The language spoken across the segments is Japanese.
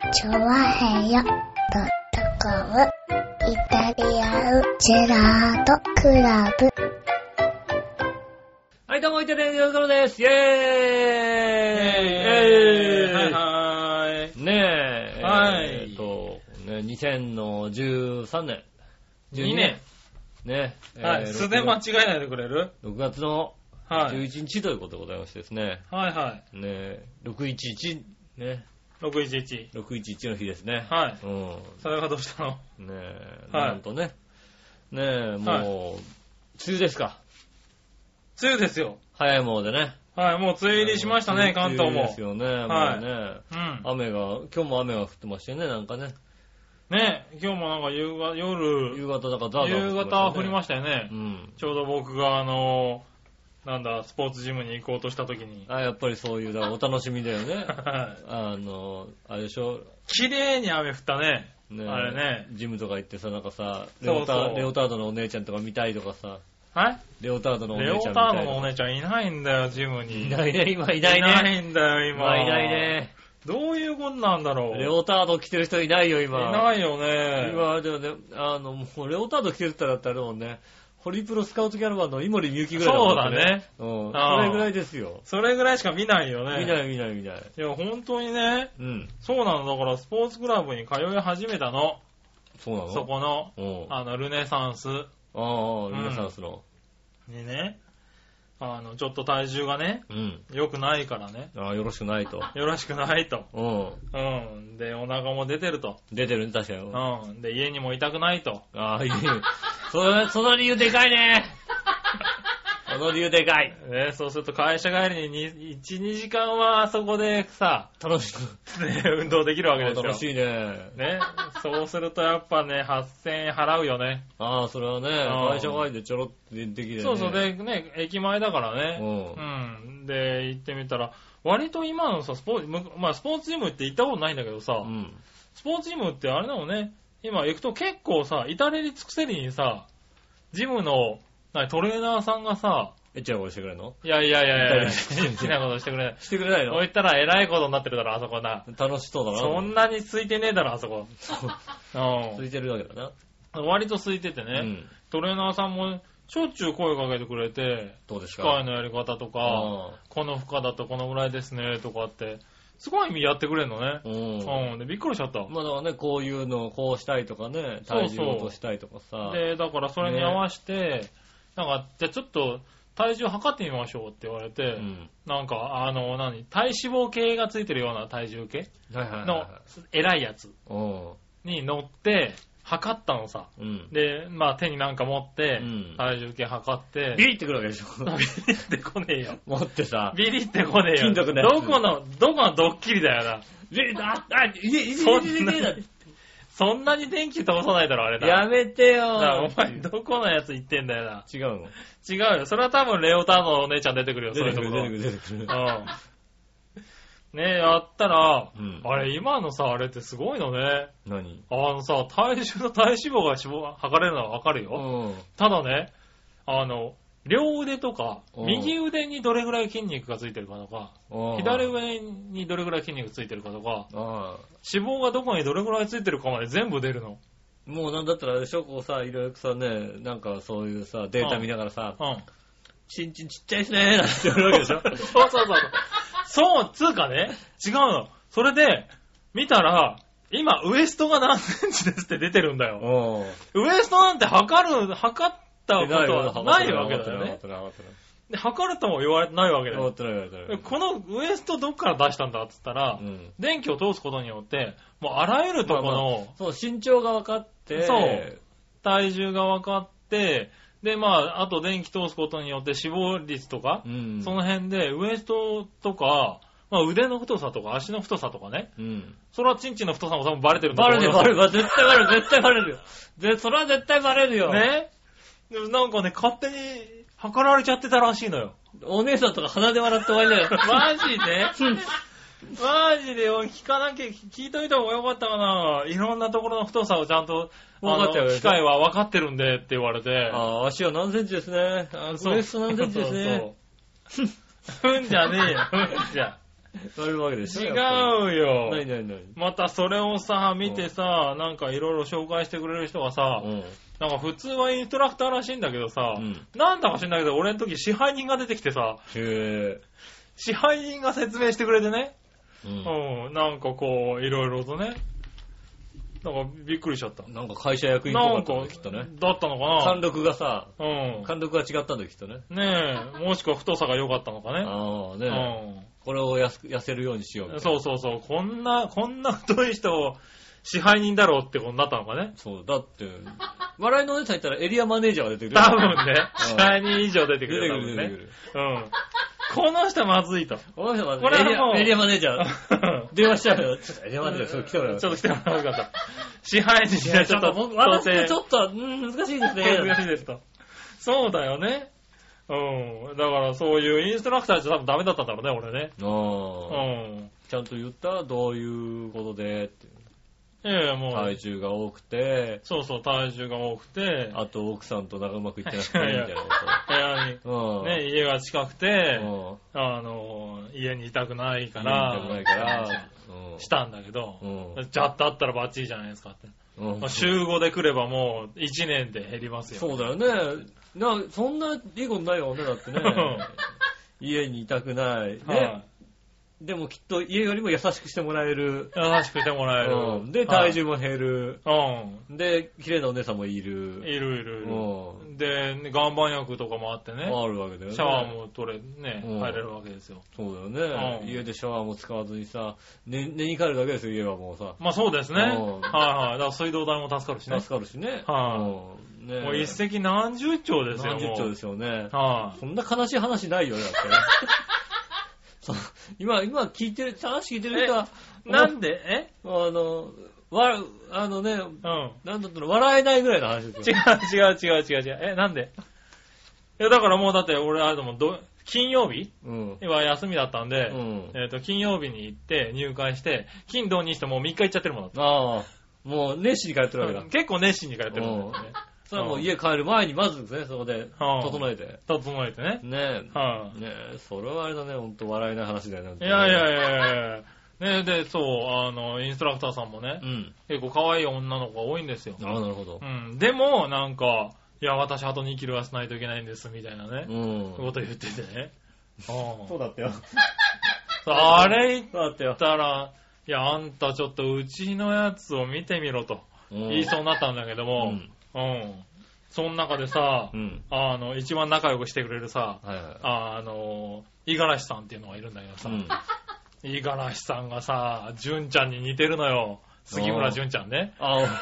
チョワヘヨ.com イタリアンジェラートクラブ。 はい、どうも、イタリアンジェラートクラブです。イェーイはいはーい。 ねえ。 はい。 2013年。 12年。 ね。 はい。素で間違えないでくれる ?6 月の11日ということでございましてですね。 はいはい。 ね611。ね。 611。 611の日ですね。 はい。 うん。 それがどうしたの？ ねえ。 はい。 なんとね。ねえ、もう、梅雨ですか。 梅雨ですよ。 早いものでね。 はい、もう梅雨入りしましたね、関東も。 ですよね、もうね。 はい。 うん。今日も雨が降ってましたよね、なんかね。 ね、今日もなんか夕方だからザーザー、 夕方降りましたよね。 うん。 ちょうど僕がスポーツジムに行こうとした時に。 やっぱりそういう、お楽しみだよね。 はい。 あれでしょ。 綺麗に雨降ったね。 ね、 あれね。 ジムとか行ってさ、なんかさ、 レオタードのお姉ちゃんとか見たいとかさ。 はいレオタードのお姉ちゃんみたいな。 レオタードのお姉ちゃんいないんだよ、ジムに。 いないね、今いないね。 いないんだよ、今。 いないね。 どういうことなんだろう。 レオタード着てる人いないよ、今。 いないよね。 今、でもね、もうレオタード着てる人だったらもんね、ホリプロスカウトキャラバンの井森美幸ぐらいだもんね。 そうだね。 うん。それぐらいですよ。 それぐらいしか見ないよね。 見ない。いや、本当にね。 うん。 そうなの。だから、スポーツクラブに通い始めたの。 そうなの？ そこの、ルネサンス。 ルネサンスの。 にね、ちょっと体重がね、良くないからね。 よろしくないと。 よろしくないと。 うん。 で、お腹も出てると。 出てるね、確かに。 で、家にもいたくないと。 いい。その理由でかいね。その理由でかい。 ね、そうすると会社帰りに1、2時間はあそこでさ、 楽しく。 ね、運動できるわけですよ。 楽しいね。 ね、そうするとやっぱね、8000円払うよね。 それはね、会社帰りでちょろっとできるよね。 そうでね、駅前だからね。で、行ってみたら、割と今のさ、スポーツジムって行ったことないんだけどさ、スポーツジムってあれなのね、今行くと結構さ、至れり尽くせりにさ、ジムのトレーナーさんがさ、 エッチなことしてくれるの？ いや、エッチなことしてくれない。 してくれないの？ そう言ったら偉いことになってるだろ、あそこな。 楽しそうだな。 そんなに空いてねえだろ、あそこ。 空いてるわけだな。 割と空いててね、トレーナーさんもしょっちゅう声かけてくれて、 どうですか？ 機械のやり方とか、この負荷だとこのぐらいですね、とかって、すごい意味やってくれるのね。で、びっくりしちゃった。 だからね、こういうのをこうしたいとかね、体重落としたいとかさ。 で、だからそれに合わせて、なんか、じゃあちょっと、体重測ってみましょうって言われて、なんか、体脂肪計がついてるような体重計の偉いやつに乗って、測ったのさ。で、手になんか持って、体重計測って、 ビリってくるわけでしょ。 ビリってこねえよ。 持ってさ。 ビリってこねえよ。 金属のやつ。 どこのドッキリだよな。そんなに電気通さないだろ、あれだ。 やめてよお前、どこのやつ言ってんだよな。 違うの？ 違うよ。それは多分レオタードのお姉ちゃん出てくるよ、そういうところ。 出てくる。 ねやったら、あれ、今のさ、あれってすごいのね。 何？ 体重の体脂肪が測れるのはわかるよ。ただね、両腕とか、右腕にどれぐらい筋肉がついてるかとか、左腕にどれぐらい筋肉ついてるかとか、脂肪がどこにどれぐらいついてるかまで全部出るの。 もうなんだったらあれでしょ、こうさ、いろいろさね、なんかそういうさ、データ見ながらさ、ちんちんちっちゃいですねーなんて言われるわけでしょ。 そう、つうかね、違うの。それで、見たら、今、ウエストが何センチですって出てるんだよ。ウエストなんて測ったことはないわけだよね。で、測るとも言われてないわけだよ。このウエストどっから出したんだって言ったら、電気を通すことによって、もうあらゆるとこの、 身長が分かって、 体重が分かって、で、あと電気通すことによって死亡率とか、その辺でウエストとか、腕の太さとか足の太さとかね。それはチンチンの太さも多分バレてるんだと思うよ。 バレる。絶対バレるよ。それは絶対バレるよ。 ね。でもなんかね、勝手に測られちゃってたらしいのよ。 お姉さんとか鼻で笑って終わりだよ。 マジで聞いといた方がよかったかな。いろんなところの太さをちゃんと、機械は分かってるんでって言われて。 足は何センチですね。ウエスト何センチですね。 ふんじゃねえよ。 そういうわけでしょ。 違うよ。 何またそれをさ、見てさ、なんかいろいろ紹介してくれる人がさ、なんか普通はインストラクターらしいんだけどさ、なんだか知んないけど、俺の時支配人が出てきてさ、支配人が説明してくれてね、なんかこう、いろいろとね、なんかびっくりしちゃった。 なんか会社役員とかだったのきっとね。 だったのかな。 貫禄がさ、貫禄が違ったんだよきっとね。 ねえ、もしくは太さが良かったのかね。 ああ、ねえ。これを痩せるようにしようみたいな。 そう。こんな太い人を支配人だろうってことになったのかね。 そう、だって、笑いのお姉さん言ったらエリアマネージャーが出てくる。 多分ね、支配人以上出てくる。出てくる。この人まずいと。 この人まずい。エリアマネージャー。電話しちゃうよ。ちょっとエリアマネージャー、来てもらう。 ちょっと来てもらうかと。支配人がちょっと、 私ちょっと、難しいですね。 難しいですと。そうだよね。だからそういうインストラクターじゃ多分ダメだったんだろうね、俺ね。 ちゃんと言ったどういうことでって。 もう。 体重が多くて。 そう、体重が多くて。 あと奥さんとうまくいってなくてみたいなこと。 部屋に、家が近くて、家にいたくないから、したんだけど、じゃあったらバッチリじゃないですかって。週5で来ればもう1年で減りますよ。 そうだよね。そんないいことないよね、だってね。家にいたくない。ね。でもきっと家よりも優しくしてもらえる。 優しくしてもらえる。 で、体重も減る。で、綺麗なお姉さんもいる。 いる。で、岩盤浴とかもあってね。 あるわけだよね。 シャワーも入れるわけですよ。 そうだよね。家でシャワーも使わずにさ、寝に帰るだけですよ、家はもうさ。 まあそうですね。だから水道代も助かるしね。 助かるしね。 もう一石何十兆ですよ。 何十兆ですよね。そんな悲しい話ないよね、だってね。今話聞いてる人は、 なんでなんだったの、笑えないぐらいの話ですよ。 違う。なんでだからもうだって俺、金曜日は休みだったんで、金曜日に行って入会して、金土日してもう3日行っちゃってるもんだった。 もう熱心に通ってるわけだ。 結構熱心に通ってるもんだね。 それはもう家帰る前にまずですね、そこで整えてね。ねえ、それはあれだね、ほんと笑えない話だよね。 いや。ねで、そう、インストラクターさんもね、結構可愛い女の子が多いんですよ。 なるほど。 でも、なんか、いや、私あと2キロ痩せないといけないんです、みたいなね。こと言っててね。 そうだったよ。 あれ言ったら、いや、あんたちょっとうちのやつを見てみろと言いそうになったんだけども、その中でさ、一番仲良くしてくれるさ、五十嵐さんっていうのがいるんだけどさ、五十嵐さんがさ、純ちゃんに似てるのよ。杉村純ちゃんね。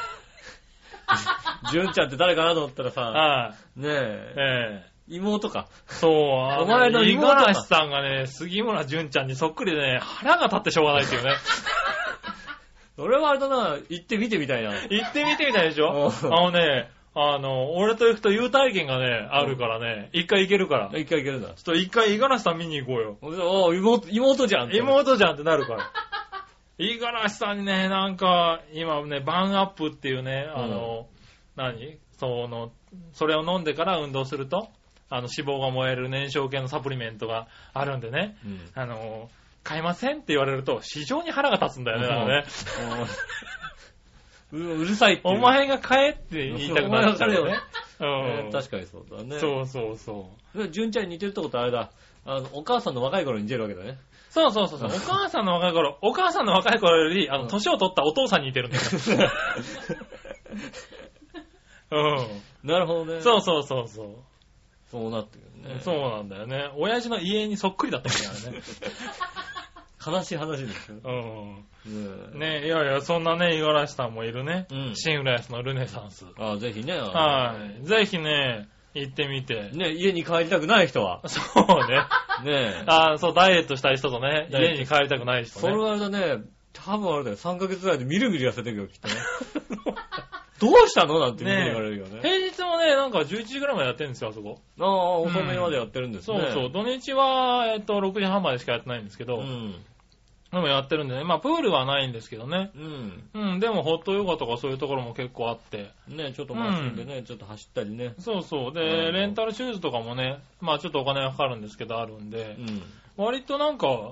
純ちゃんって誰かなと思ったらさ、ねえ。妹か。 そう、お前の五十嵐さんがね、杉村純ちゃんにそっくりでね、腹が立ってしょうがないっていうね。 俺はあれだな、行ってみてみたいな。 行ってみてみたいでしょ俺と行くと優待券がね、あるからね、一回行けるから。 一回行けるんだ。 ちょっと一回五十嵐さん見に行こうよ。 妹じゃん。 妹じゃんってなるから。五十嵐さんにね、なんか、今ね、バンアップっていうね、それを飲んでから運動すると、脂肪が燃える燃焼系のサプリメントがあるんでね、買いませんって言われると、非常に腹が立つんだよね、だからね。 うるさいって。 お前が買えって言いたくなっちゃうよね。 確かにそうだね。 そう。 純ちゃんに似てるってことはあれだ。お母さんの若い頃に似てるわけだね。 そう。お母さんの若い頃より、年を取ったお父さんに似てるんだよ。 なるほどね。 そう。 そうなってるね。 そうなんだよね。親父の家にそっくりだったからね。 悲しい話ですよ。 ねいや、そんなね、五十嵐さんもいるね。新浦安のルネサンス。 ぜひね。 ぜひね、行ってみて。 ね家に帰りたくない人は。 そうね。そう、ダイエットしたい人とね、家に帰りたくない人ね。 それはあれだね、多分あれだよ、3ヶ月ぐらいでみるみる痩せてるよ、きっとね。どうしたのなんて言われるよね。 平日もね、なんか11時ぐらいまでやってるんですよ、あそこ。 遅めまでやってるんですね。 そう。土日は、6時半までしかやってないんですけど、でもやってるんでね。まあ、プールはないんですけどね。でも、ホットヨガとかそういうところも結構あって。 ね、ちょっとマシンでね、ちょっと走ったりね。 そう。で、レンタルシューズとかもね、まあ、ちょっとお金がかかるんですけど、あるんで、割となんか、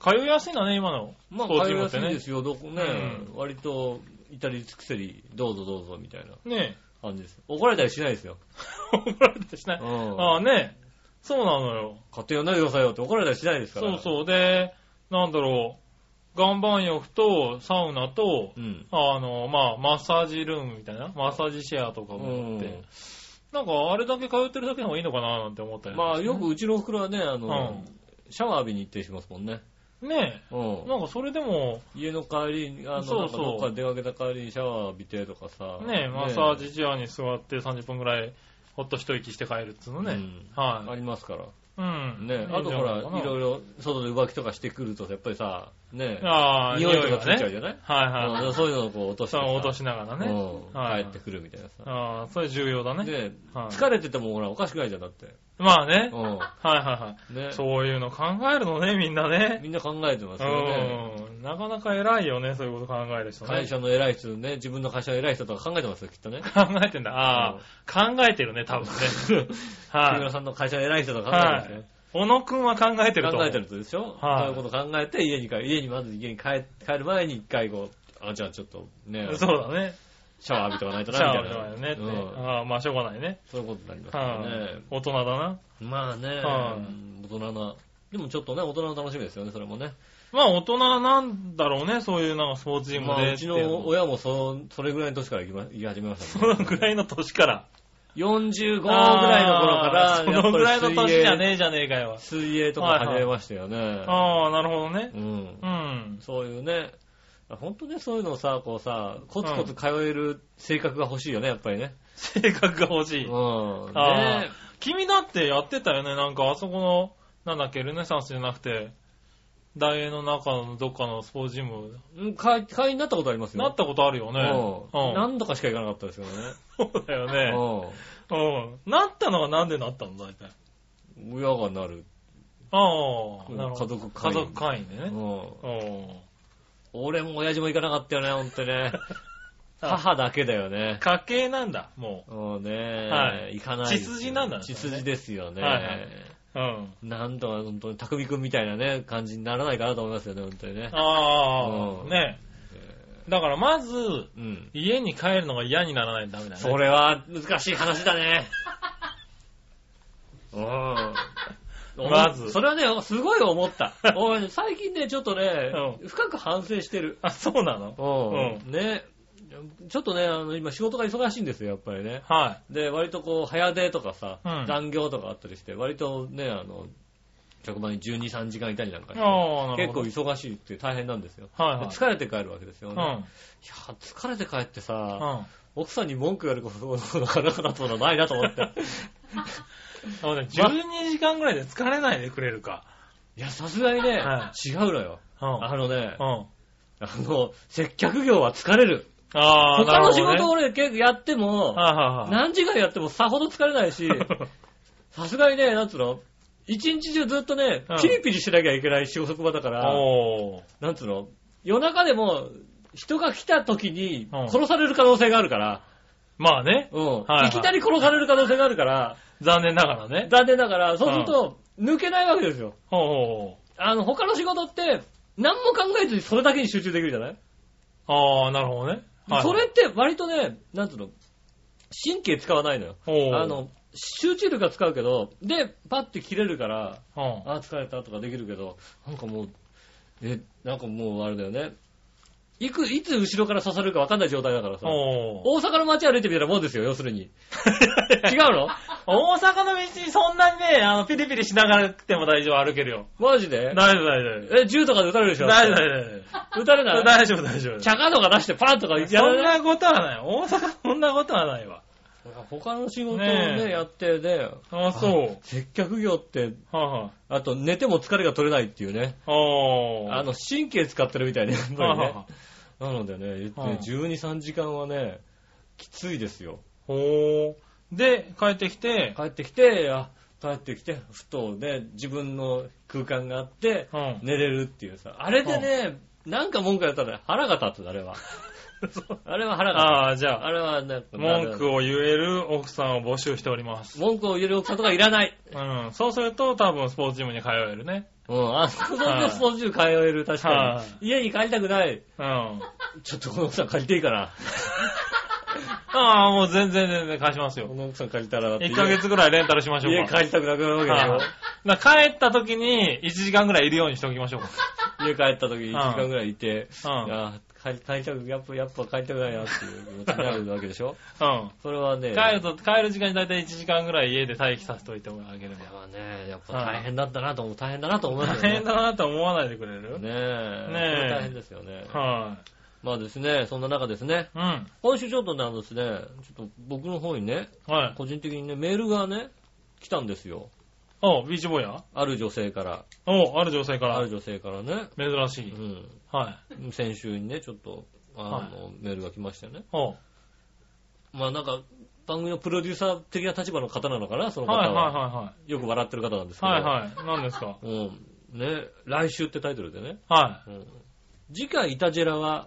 通いやすいんだね、今の。 まあ、通いやすいですよ。割と、至り尽くせり、どうぞどうぞ、みたいな。ね感じです。怒られたりしないですよ。 怒られたりしない。ああね。そうなのよ。 勝手にやんないでくださいよって怒られたりしないですから。 そうそう。で、なんだろう。岩盤浴とサウナと、まあ、マッサージルームみたいな、マッサージシェアとかもあって、なんかあれだけ通ってるだけの方がいいのかななんて思ったり、ね。まあ、よくうちのおふくろはね、シャワー浴びに行ったりしますもんね。ねえ。なんかそれでも、家の帰り、そうそう。どっか出かけた帰りにシャワー浴びてとかさ。ねえ、マッサージチェアに座って30分くらい、ほっと一息して帰るっつうのね。はい。ありますから。ねあとほら、いろいろ外で浮気とかしてくると、やっぱりさ、ね匂いとかついちゃうじゃない？はいはい。そういうのをこう落として。落としながらね。帰ってくるみたいなさ。ああ、それ重要だね。で、疲れててもほら、おかしくないじゃん、だって。まあね。はいはいはい。ね、そういうの考えるのね、みんなね。みんな考えてますよね。なかなか偉いよね、そういうこと考える人ね。会社の偉い人ね、自分の会社の偉い人とか考えてますよ、きっとね。考えてんだ。ああ、考えてるね、多分ね。はい。木村さんの会社の偉い人とか考えてますよ。小野くんは考えてると。考えてるとでしょ？はい。そういうこと考えて、まず家に帰る前に一回こう、じゃあちょっとね。そうだね。シャワー浴びとかないとな、みたいな。シャワー浴びとかないよねって。ああ、まあしょうがないね。そういうことになりますよね。大人だな。まあね、大人な。でもちょっっとね、大人の楽しみですよね、それもね。まあ大人なんだろうね、そういうなんかスポーツジムで。まあうちの親もそれぐらいの年から行き始めましたね。そのぐらいの年から。45ぐらいの頃から、そのぐらいの年じゃねえじゃねえかよ。水泳とか始めましたよね。ああ、なるほどね。うん。そういうね。本当ね、そういうのをさ、こうさ、コツコツ通える性格が欲しいよね、やっぱりね。性格が欲しい。ね。君だってやってたよね、なんかあそこの、なんだっけ、ルネサンスじゃなくて、大英の中のどっかのスポーツジム。会員になったことありますよ。なったことあるよね。何度かしか行かなかったですよね。そうだよね。なったのはなんでなったの大体。親がなる。ああ、なるほど。家族会員でね。俺も親父も行かなかったよね、ほんとね。母だけだよね。家系なんだ、もう。もうね、行かない。血筋なんだね。血筋ですよね。なんとか本当に匠くんみたいなね、感じにならないかなと思いますよね、本当にね。ああ、ね。だからまず、家に帰るのが嫌にならないとダメだね。それは難しい話だね。まず。それはね、すごい思った。最近ね、ちょっとね、深く反省してる。あ、そうなの？ね。ちょっとね、今仕事が忙しいんですよ、やっぱりね。はい。で、割とこう、早出とかさ、残業とかあったりして、割とね、職場に12、3時間いたりなんかして、結構忙しいって大変なんですよ。はいはい。疲れて帰るわけですよね。いや、疲れて帰ってさ、奥さんに文句言われることがなかなかないなと思って。12時間ぐらいで疲れないでくれるか。いや、さすがにね、違うのよ。接客業は疲れる。他の仕事俺結構やっても、何時間やってもさほど疲れないし、さすがにね、なんつうの、一日中ずっとね、ピリピリしなきゃいけない仕事場だから、なんつうの、夜中でも人が来た時に殺される可能性があるから、まあね。いきなり殺される可能性があるから、残念ながらね。残念ながら、そうすると、抜けないわけですよ。他の仕事って、何も考えずにそれだけに集中できるじゃない？ああ、なるほどね。それって割とね、なんつうの、神経使わないのよ。集中力が使うけど、で、パッて切れるから、疲れたとかできるけど、なんかもうあれだよね。いつ後ろから刺されるか分かんない状態だからさ。大阪の街歩いてみたらもんですよ、要するに。違うの？大阪の道にそんなにね、ピリピリしながらても大丈夫歩けるよ。マジで？大丈夫。銃とかで撃たれるでしょ？大丈夫。撃たれない？大丈夫。チャカとか出してパンとかやらない？そんなことはない。大阪そんなことはないわ。他の仕事をね、やってね。あ、そう。接客業って、あと寝ても疲れが取れないっていうね。神経使ってるみたいね。なのでね、12、3時間はね、きついですよ。で、帰ってきて、ふとね、自分の空間があって、寝れるっていうさ。あれでね、なんか文句やったら腹が立つ、あれは。あれは腹が立つ。ああ、じゃあ、あれはね、文句を言える奥さんを募集しております。文句を言える奥さんとかいらない。そうすると多分スポーツジムに通えるね。 うん、あそこのスポンジ通える、確かに。家に帰りたくない。 うん。 ちょっとこの奥さん借りていいかな。 ああ、もう全然貸しますよ。 この奥さん借りたら 1ヶ月ぐらいレンタルしましょうか。 家帰りたくなくなるわけでしょ。 帰った時に1時間ぐらいいるようにしておきましょうか。 家帰った時に1時間ぐらいいて、帰りたく、やっぱ帰りたくないなっていう気持ちになるわけでしょ。 うん。 それはね。 帰る時間にだいたい1時間ぐらい家で待機させておいてあげる。 やっぱ大変だったなと思う。大変だなと思いますよね。大変だなと思わないでくれる？ ねえ。大変ですよね。 はい。 まあですね、そんな中ですね。 うん。 今週ちょっとね、ちょっと僕の方にね、 はい。 個人的にね、メールがね、来たんですよ。 ビーチボーイヤー？ ある女性から。 ある女性から。 ある女性からね。 珍しい。 うん。 はい。 先週にね、ちょっと、メールが来ましたよね。まあなんか、番組のプロデューサー的な立場の方なのかな、その方は。よく笑ってる方なんですけど。 何ですか？ ね、来週ってタイトルでね。 はい。 次回イタジェラは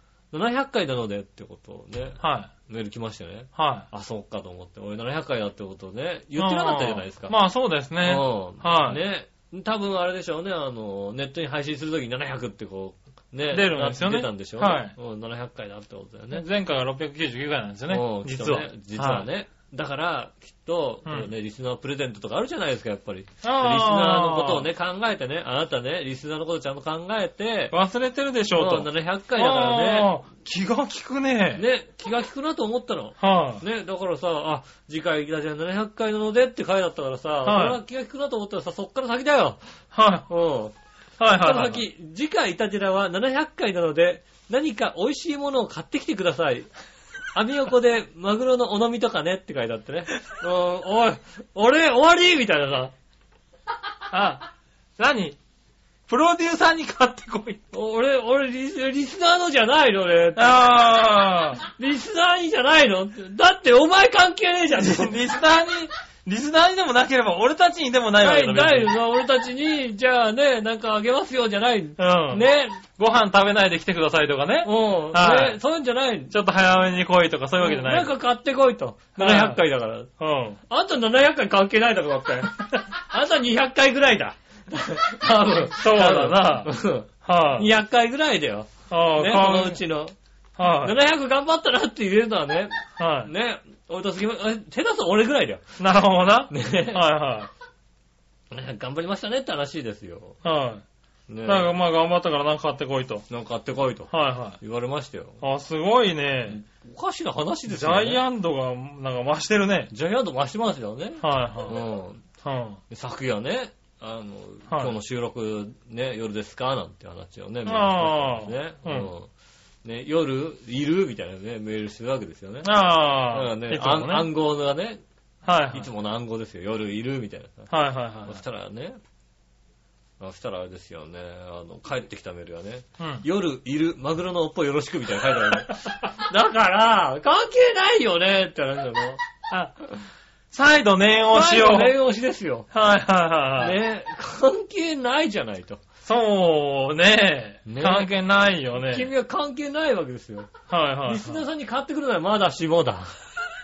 700回なのでってことをね。メール来ましたね。そっかと思って。俺700回だってことをね、言ってなかったじゃないですか。 まあそうですね。 ね。多分あれでしょうね、ネットに配信するときに700ってこう、ね。 出るんですよね。 出たんでしょう。700回だってことだよね。 前回が699回なんですよね。実はね。だから、きっと、リスナープレゼントとかあるじゃないですか、やっぱり。リスナーのことをね、考えてね、あなたね、リスナーのことをちゃんと考えて。 忘れてるでしょうと。 700回だからね。 気が利くね。 ね、気が利くなと思ったの。ね、だからさ、次回じゃあ700回なのでって回だったからさ、それは気が利くなと思ったらさ、そっから先だよ。そっから先、次回イタジェラは700回なので、何か美味しいものを買ってきてください。アミ横でマグロのお飲みとかねって書いてあってね。俺終わりみたいなさ。何プロデューサーに買ってこい。 俺リスナーのじゃないのね。リスナーにじゃないのだってお前関係ねえじゃん。 リスナーにでもなければ俺たちにでもないわけだ。 ないよ。俺たちに、じゃあね、なんかあげますよじゃない。ね。 ご飯食べないで来てくださいとかね。 ね、そういうんじゃない。 ちょっと早めに来いとかそういうわけじゃない。 なんか買ってこいと。700回だから。あんた700回関係ないだろだって。あんた200回ぐらいだ。多分。 そうだな。 200回ぐらいだよ。ね、このうちの。700頑張ったなって言えるのはね。ね。俺と杉村、手出す俺ぐらいだよ。 なるほどな。 ね。頑張りましたねって話ですよ。 ね。なんかまあ頑張ったからなんか買ってこいと。 なんか買ってこいと。言われましたよ。 すごいね。 おかしな話ですよね。 ジャイアンドがなんか増してるね。 ジャイアンド増してますよね。昨夜ね、今日の収録ね、夜ですかなんて話をね、ね、夜いるみたいなね、メールしてるわけですよね。暗号がね、いつもの暗号ですよ。夜いるみたいな。そしたらね、そしたらあれですよね、帰ってきたメールがね、夜いる、マグロのおっぽよろしくみたいな書いてあるね。だから、関係ないよねって話だよ。 再度念押しを。 再度念押しですよ。ね、関係ないじゃないと。 そうね。関係ないよね。 君は関係ないわけですよ。リスナーさんに買ってくるならまだしもだ。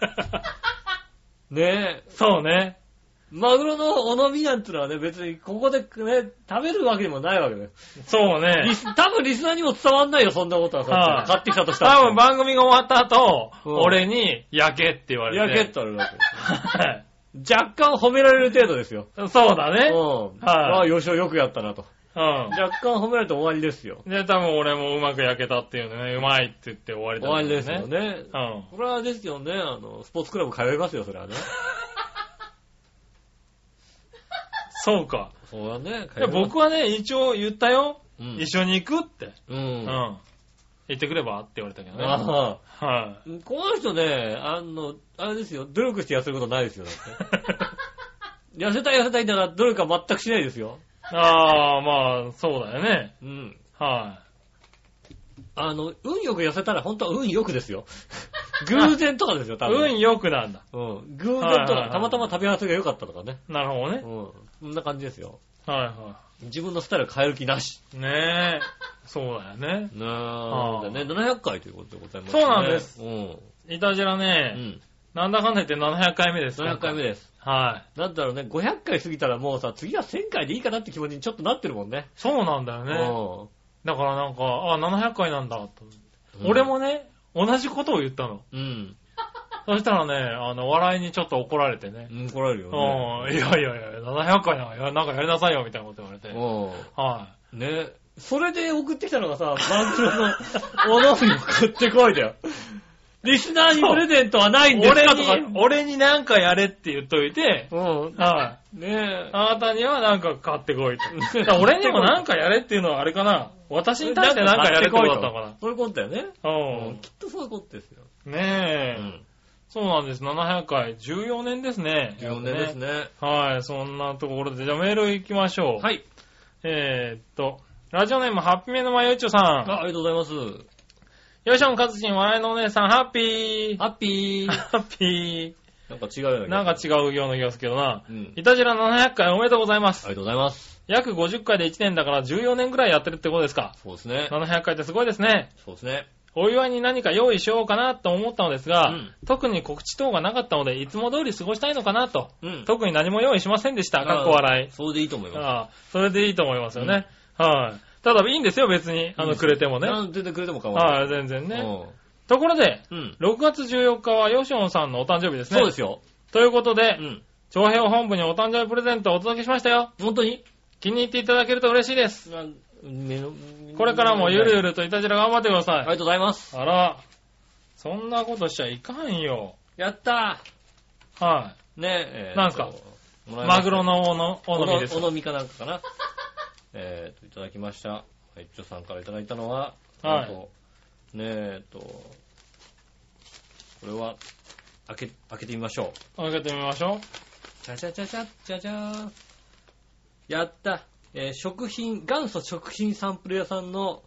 ねえ。 そうね。 マグロのお飲みなんてのはね、別にここでね、食べるわけでもないわけだよ。 そうね。 多分リスナーにも伝わんないよ、そんなことはさ。買ってきたとしたら。 多分番組が終わった後、俺に焼けって言われて。 焼けって言われるわけ。若干褒められる程度ですよ。 そうだね。 よしおよくやったなと。若干褒められて終わりですよ。 で、多分俺もうまく焼けたっていうね、うまいって言って終わりだね。 終わりですよね。これはですよね、スポーツクラブ通いますよ、それはね。 そうか。 そうだね。 僕はね、一応言ったよ。一緒に行くって。行ってくればって言われたけどね。 この人ね、あれですよ、努力して痩せることないですよ、だって。痩せたいだから努力は全くしないですよ。 まあ、そうだよね。 運よく痩せたら本当は運よくですよ。偶然とかですよ、多分。 運よくなんだ。 偶然とか、たまたま食べ合わせが良かったとかね。 なるほどね。 そんな感じですよ。 自分のスタイル変える気なし。 ねえ。そうだよね。 700回ということでございます。 そうなんです。イタジェラね、 なんだかんだ言って700回目です。 700回目です。 はい。 なんだろうね、500回過ぎたらもうさ、次は1000回でいいかなって気持ちにちょっとなってるもんね。 そうなんだよね。だからなんか、700回なんだと。俺もね、同じことを言ったの。 うん。 そしたらね、笑いにちょっと怒られてね。 怒られるよね。 いや、700回なんかやりなさいよ、みたいなこと言われて。はい。 ね。それで送ってきたのがさ、マグロのおのみを送ってこいだよ。リスナーにプレゼントはないんですかとか。 俺になんかやれって言っといて、 はい。ねえ。 あなたにはなんか買ってこいと。俺にもなんかやれっていうのはあれかな。私に対してなんかやれってことだったのかな。 そういうことだよね。きっとそういうことですよ。 ねえ。そうなんです。700回。14年ですね。 14年ですね。 はい。そんなところで、じゃあメール行きましょう。 はい。 ラジオネーム、ハッピーメのまゆっちょさん。 ありがとうございます。 よいしょん、かずちん、笑いのお姉さん、ハッピー。 ハッピー。 ハッピー。 なんか違うよね。 なんか違うような気がするけどな。いたじら700回おめでとうございます。 ありがとうございます。 約50回で1年だから14年ぐらいやってるってことですか。 そうですね。 700回ってすごいですね。 そうですね。 お祝いに何か用意しようかなと思ったのですが、特に告知等がなかったので、いつも通り過ごしたいのかなと。特に何も用意しませんでした。かっこ笑い。 それでいいと思います。 それでいいと思いますよね。はい。ただいいんですよ、別に。くれてもね。 全然くれても構わない。 はい、全然ね。ところで、6月14日はヨシオンさんのお誕生日ですね。 そうですよ。 ということで、長平本部にお誕生日プレゼントをお届けしましたよ。 本当に気に入っていただけると嬉しいです。これからもゆるゆるといたじら頑張ってください。 ありがとうございます。 あら、そんなことしちゃいかんよ。 やったー。はい。 ねえ。 なんすかマグロのおのみです。 おのみかなんかかな。いただきました。はい、一丁さんからいただいたのは、これは、開けてみましょう。開けてみましょう。 じゃじゃじゃじゃじゃじゃー。やった。元祖食品サンプル屋さんの、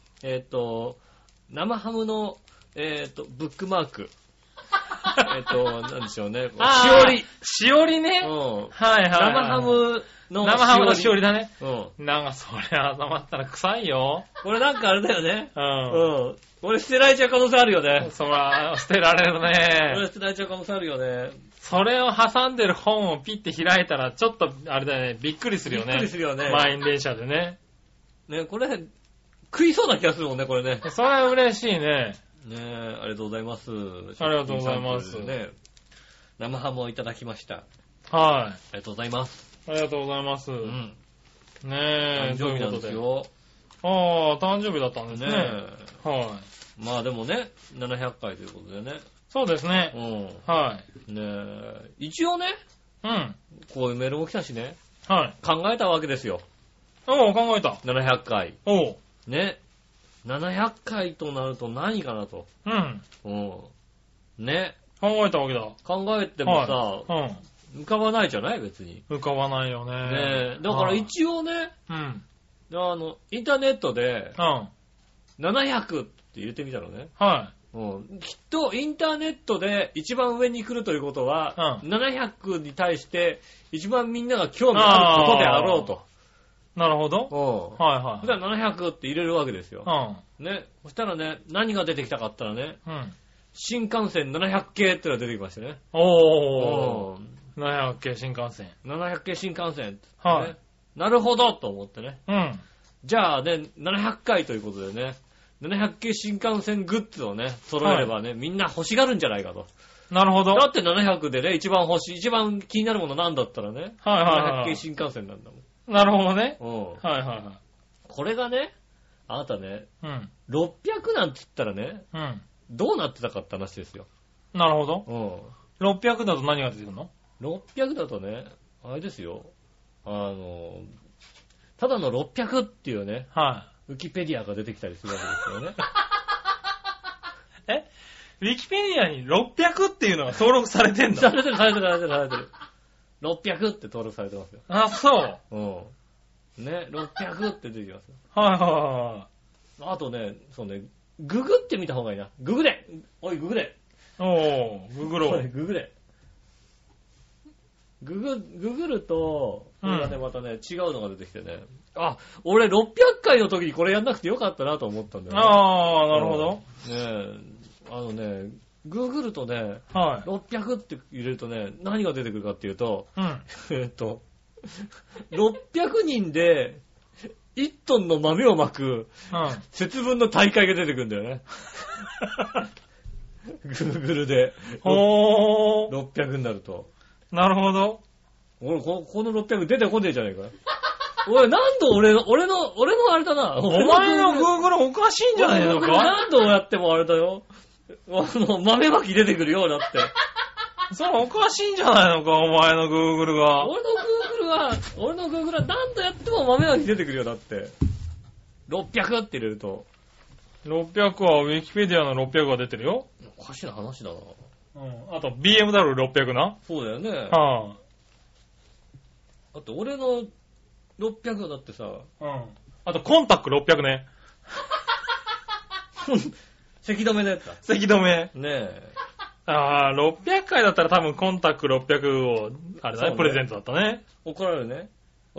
生ハムの、ブックマーク。なんでしょうね。しおり。 しおりね。はい。 生ハムのしおりだね。なんかそれ頭ったら臭いよ。 これなんかあれだよね。これ捨てられちゃう可能性あるよね。 そら、捨てられるね。 これ捨てられちゃう可能性あるよね。 それを挟んでる本をピッて開いたら、ちょっと、あれだよね、びっくりするよね。 びっくりするよね。 満員電車でね。 ね、これ、食いそうな気がするもんね、これね。 それは嬉しいね。 ねえ、ありがとうございます。 ありがとうございます。 ね、生ハムをいただきました。 はい。 ありがとうございます。 ありがとうございます。ねえ、 誕生日なんですよ。 誕生日だったんですね。 はい。まあでもね、700回ということでね。 そうですね。はい。 ねえ、一応ね、こういうメールも来たしね。 はい。 考えたわけですよ。 考えた。 700回。ね。700回となると何かなと。ね。 考えたわけだ。 考えてもさ、浮かばないじゃない別に。 浮かばないよね。 ね。だから一応ね、インターネットで、700って入れてみたのね。 はい。 きっとインターネットで一番上に来るということは、700に対して一番みんなが興味あることであろうと。 なるほど。はいはい。 そしたら700って入れるわけですよ。ね。そしたらね、何が出てきたかったらね、新幹線700系ってのが出てきましたね。 700系新幹線。 700系新幹線。 はい。 なるほどと思ってね。じゃあね、700回ということでね、700系新幹線グッズをね、揃えればね、みんな欲しがるんじゃないかと。 なるほど。 だって700でね、一番気になるものなんだったらね、700系新幹線なんだもん。 なるほどね。 はいはいはい。これがね、あなたね、600なんて言ったらね、どうなってたかって話ですよ。 なるほど。600だと何が出てくるの？ 600 だとね、あれですよ。ただの600っていうね、ウィキペディアが出てきたりするわけですよね。 ウィキペディアに600っていうのが登録されてんだ。 されてる。600って登録されてますよ。 あ、そう。 ね、600って出てきますよ。あとね、そうね、ググってみた方がいいな。ググれ。おい、ググれ。 ググろう。 ググれ。ググると、これがね、またね、違うのが出てきてね。あ、俺600回の時にこれやんなくてよかったなと思ったんだよね。 なるほど。 ね Google とね、はい、600って入れるとね、何が出てくるかっていうと、うん、600人で1トンの豆をまく、節分の大会が出てくるんだよね。Google で。600になると。 なるほど。 俺、この600出てこねえじゃねえか。俺、なんで俺のあれだな。 お前の Google おかしいんじゃないのか。 何度やってもあれだよ。豆まき出てくるよ、だって。 それおかしいんじゃないのか、お前の Google が。 俺の Google は何度やっても豆まき出てくるよ、だって。600って入れると。 600は、ウィキペディアの600が出てるよ。 おかしな話だな。 うん。あと、BMW600 な。 そうだよね。はあ。だって俺の600はだってさ。 うん。あと、コンタック600ね。 咳止めのやつだ。 咳止め。 ねえ。 ああ、600回だったら多分コンタック600を、あれだね、プレゼントだったね。 怒られるね。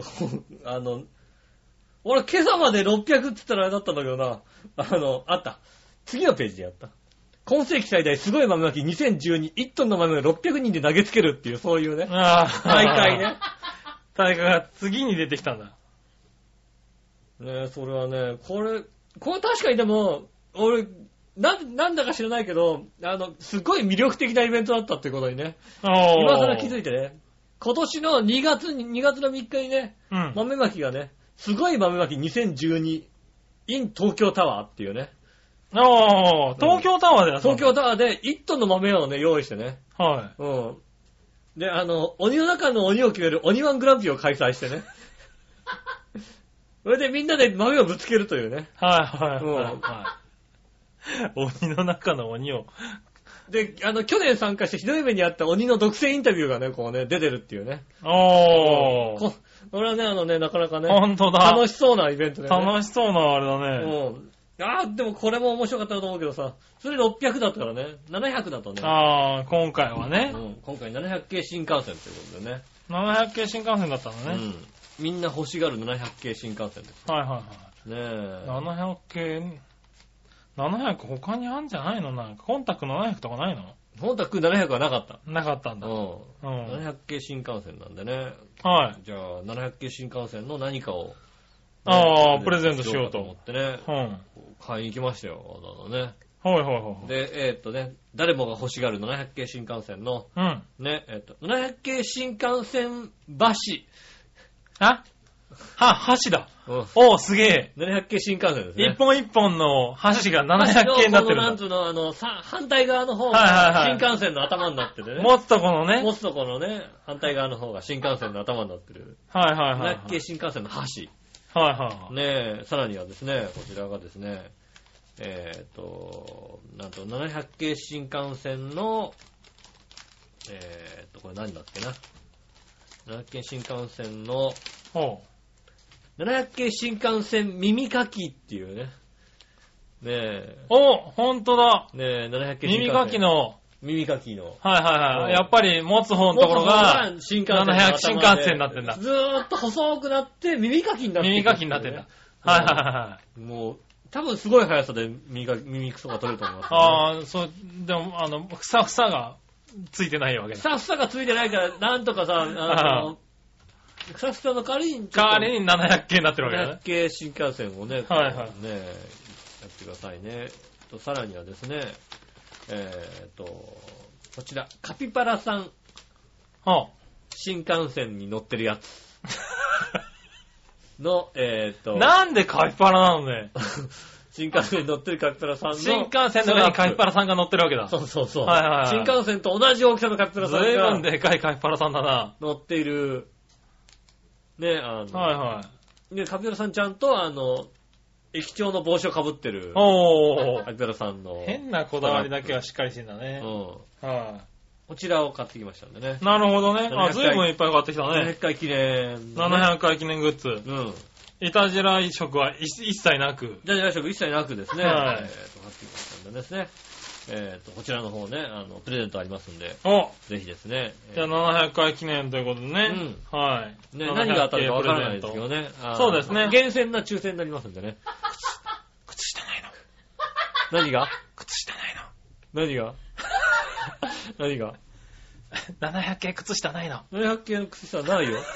俺今朝まで600って言ったらあれだったんだけどな。あった。次のページでやった。今世紀最大すごい豆まき2012、1トンの豆を600人で投げつけるっていう、そういうね。大会ね。 大会が次に出てきたんだ。 ねえ、それはね、これ確かにでも、俺、なんだか知らないけど、すごい魅力的なイベントだったっていうことにね。今更気づいてね。今年の2月の3日にね、うん、豆まきがね、すごい豆まき2012 in 東京タワーっていうね。 東京タワーでやった東京タワーで1トンの豆をね、用意してね。 はい。 うん。で、鬼の中の鬼を決める鬼ワングランプリを開催してね。それでみんなで豆をぶつけるというね。 はいはいはい、はい。鬼の中の鬼を。 で、去年参加してひどい目にあった鬼の独占インタビューがね、こうね、出てるっていうね。 これはね、なかなかね。 ほんとだ。 楽しそうなイベントでね。 楽しそうなあれだね。 でもこれも面白かったと思うけどさ、それ600だったからね、700だとね。 今回はね。 今回700系新幹線ということでね。 700系新幹線だったのね。 みんな欲しがる700系新幹線です。 はいはいはい。ねえ。700系、700他にあんじゃないの？なんかコンタクト700とかないの？ コンタクト700はなかった。 なかったんだ。 700系新幹線なんでね。 はい。 じゃあ、700系新幹線の何かを。 プレゼントしようと思ってね。買いに行きましたよ、ね。 はいはいはい。 で、誰もが欲しがる700系新幹線の、ね、700系新幹線橋。 橋だ。おすげえ。 700系新幹線ですね。 一本一本の橋が700系になってるんだ。 なんつうの、反対側の方が新幹線の頭になっててね。 持つとこのね。 持つとこのね、反対側の方が新幹線の頭になってる。 はいはいはい。 700系新幹線の橋。 はいはい。 ねえ、さらにはですね、こちらがですね、なんと700系新幹線の、これ何だっけな。700系新幹線の、700系新幹線耳かきっていうね。ねえ。 ほんとだ。 ねえ、700系新幹線。耳かきの。 耳かきの。 はいはいはい。やっぱり持つ方のところが、700新幹線になってんだ。 ずーっと細くなって耳かきになってる、 耳かきになってんだ。はいはいはい。 もう、多分すごい速さで耳くそが取れると思います、 そう、でも、ふさふさがついてないわけだ。 ふさふさがついてないから、なんとかさ、ふさふさの代わりに 700系になってるわけだね。 700系新幹線をね、 はいはい。 ね、やってくださいね。さらにはですね、こちら、カピバラさん。新幹線に乗ってるやつ。の、 なんでカピバラなのね。 新幹線に乗ってるカピバラさんの。 新幹線の上にカピバラさんが乗ってるわけだ。 そうそうそう。 はいはいはい。 新幹線と同じ大きさのカピバラさんが。 随分でかいカピバラさんだな。 乗っている。ね、 はいはい。 で、カピバラさんちゃんと、駅長の帽子をかぶってる。カピバラさんの。 変なこだわりだけはしっかりしてんだね。 はい。こちらを買ってきましたんでね。 なるほどね。ずいぶんいっぱい買ってきたね。 700回記念。 700回記念グッズ。いたじら食は一切なく。 いたじら食一切なくですね。はい。買ってきましたんでですね。こちらの方ね、プレゼントありますんで。ぜひですね。 じゃあ700回記念ということでね。はい。 ね、何が当たるかわからないですけどね。 そうですね。 厳選な抽選になりますんでね。 靴下ないの。 何が靴下ないの。 何が何が ?700 系靴下ないの。 700系の靴下ないよ。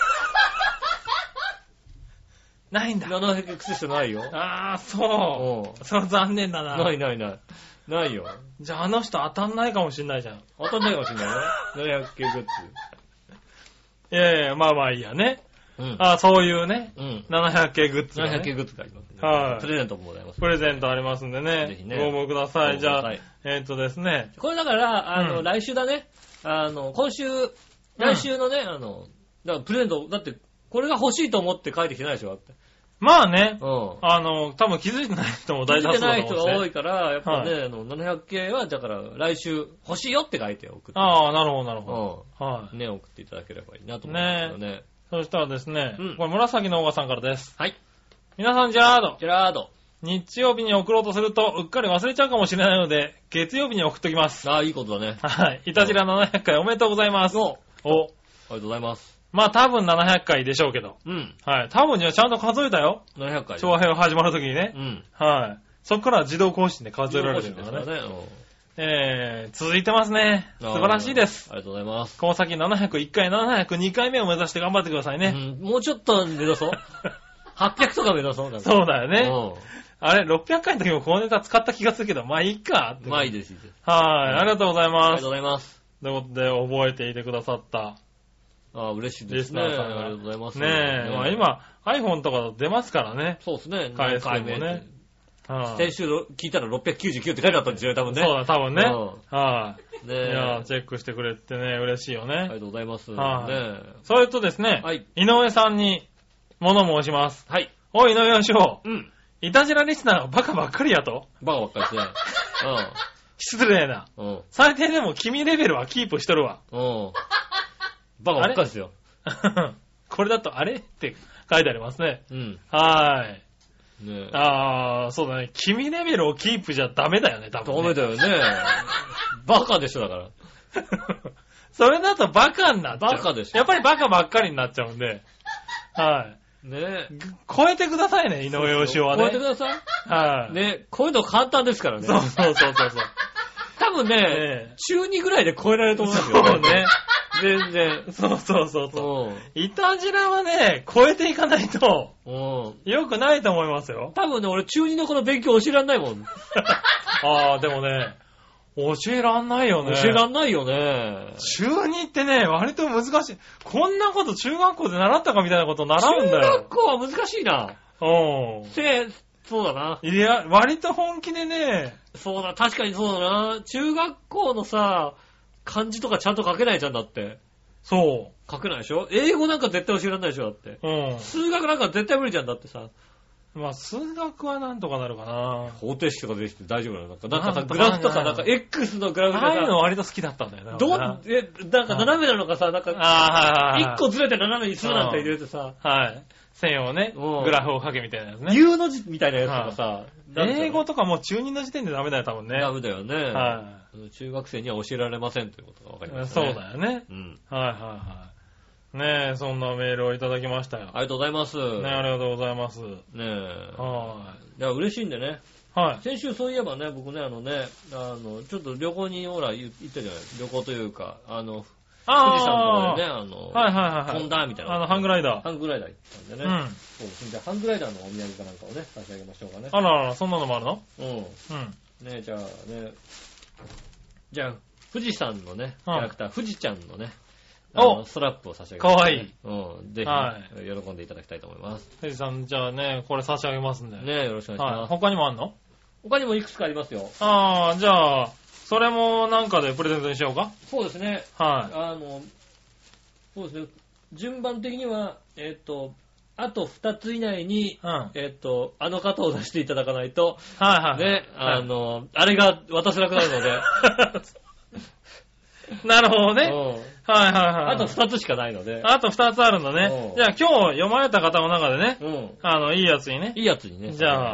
ないんだ。 700系靴下ないよ。 ああ、そう。それ残念だな。 ない。ないよ。 じゃああの人当たんないかもしんないじゃん。 当たんないかもしんないね。700系グッズ。 いや、まあいいやね。 うん。 そういうね。 うん。 700系グッズ、ね。 700系グッズがありますね。 はい。 プレゼントもございます。 プレゼントありますんでね。 ぜひね。 ご応募ください。じゃあ、ですね。 これだから、来週だね。今週、来週のね、だからプレゼント、だって、これが欲しいと思って書いてきてないでしょ、だって。 まあね。 うん。 多分気づいてない人も大多数だと思う。 気づいてない人が多いから、やっぱね、700系は、だから来週欲しいよって書いて送って。 ああ、なるほど。 はい。ね、送っていただければいいなと思いますよね。 そしたらですね、これ紫のオガさんからです。 はい。 皆さん、ジェラード。日曜日に送ろうとすると、うっかり忘れちゃうかもしれないので、月曜日に送っときます。 ああ、いいことだね。 はい。いたじら700回おめでとうございます。 ありがとうございます。 まあ多分700回でしょうけど。 うん。 はい。多分にはちゃんと数えたよ。 700回。 調和平和始まるときにね。 うん。 はい。そっから自動更新で数えられるからね。続いてますね。素晴らしいです。 ありがとうございます。 この先701回、702回目を目指して頑張ってくださいね。 うん。もうちょっと目指そう。800とか目指そう。 そうだよね。あれ、600回の時もこのネタ使った気がするけど、まあいいか。 まあいいです。 はい。ありがとうございます。 ありがとうございます。 ということで、覚えていてくださった。 嬉しいですね。ありがとうございます。 ねえ。まあ今、iPhone とか出ますからね。 そうですね。 回数もね。 先週聞いたら699って書いてあったんですよ、多分ね。 そうだ、多分ね。はい。 ねえ。 いや、チェックしてくれてね、嬉しいよね。 ありがとうございます。 はい。それとですね、井上さんに物申します。 はい。 おい、井上よしお。 うん。 いたじらリスナーはバカばっかりやと。 バカばっかりですね。うん。 失礼な。うん。最低でも君レベルはキープしとるわ。 うん。バカばっかりですよ。 これだと、あれって書いてありますね。 うん。 はーい。ねそうだね。君レベルをキープじゃダメだよね、多分、 ね。ダメだよね。バカでしょ、だから。 それだとバカになっちゃう。 バカでしょ。 やっぱりバカばっかりになっちゃうんで。はい。 ね超えてくださいね、井上洋雄はね。 超えてください。 はい。 ねこういうの簡単ですからね。 そう。 多分ね、中2ぐらいで超えられると思いますよ。 そうね。 全然。 そう。いたじらはね、超えていかないと、よくないと思いますよ。 多分ね、俺中2のこの勉強教えらんないもん。 でもね、教えらんないよね。 教えらんないよね。 中2ってね、割と難しい。こんなこと中学校で習ったかみたいなこと習うんだよ。 中学校は難しいな。そうだな。 いや、割と本気でね。 そうだ、確かにそうだな。中学校のさ、漢字とかちゃんと書けないじゃんだって。 そう。 書けないでしょ？英語なんか絶対教えられないでしょだって。 うん。 数学なんか絶対無理じゃんだってさ。 まあ、数学はなんとかなるかな。 方程式とかできて大丈夫なのか。なんかさ、グラフとかなんか X のグラフでさ。 ああいうの割と好きだったんだよな。 なんか斜めなのかさ、なんか、一個ずれて斜めにするなんて入れるとさ。 はい。線をね、グラフを書けみたいなやつね。 U の字みたいなやつとかさ。 英語とかもう中2の時点でダメだよ、多分ね。 ダメだよね。 はい。 中学生には教えられませんということがわかりますね。そうだよね。 うん。 はい。ねえ、そんなメールをいただきましたよ。 ありがとうございます。ねえ、ありがとうございます。ねえ。いや、嬉しいんでね。 はい。 先週そういえばね、僕ね、ちょっと旅行にほら言ったじゃないですか。旅行というか、富士山とかでね、 はい。 飛んだみたいな。 ハングライダー。 ハングライダー行ったんでね。うん。そうですね。じゃあ、ハングライダーのお土産かなんかをね、差し上げましょうかね。 あら、そんなのもあるの？ うん。ねじゃあね。じゃあ、富士山のね、キャラクター、富士ちゃんのね、ストラップを差し上げます、ね。 かわいい。 うん。ぜひ、喜んでいただきたいと思います。 富士山、じゃあね、これ差し上げますんで。 ねよろしくお願いします。 他にもあんの？ 他にもいくつかありますよ。 じゃあ、それもなんかでプレゼントにしようか？ そうですね。 はい。 そうですね。順番的には、あと2つ以内に、あの方を出していただかないと、ね、あれが渡せなくなるので。 なるほどね。 あと2つしかないので。 あと2つあるんだね。じゃあ今日読まれた方の中でね、いいやつにね。 いいやつにね。 じゃあ、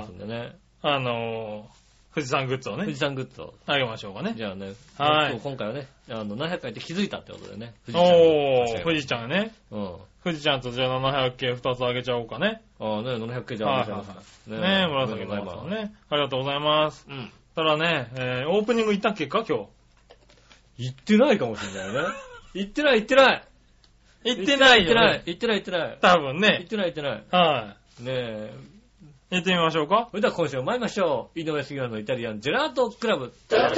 富士山グッズをね。 富士山グッズを。 あげましょうかね。 じゃあね。 はい。 今回はね、700回って気づいたってことでね。 富士ちゃんね。 うん。 富士ちゃんとじゃあ700系2つあげちゃおうかね。 700系じゃああげちゃいますか。 ね紫のやつね。ありがとうございます。うん。ただね、オープニング行ったっけか今日。 言ってないかもしれないね。言ってない。 言ってないよね。 言ってない。 多分ね。 言ってない。 はい。 ねえ。 行ってみましょうか。 それでは今週も参りましょう。井上杉村のイタリアンジェラートクラブ。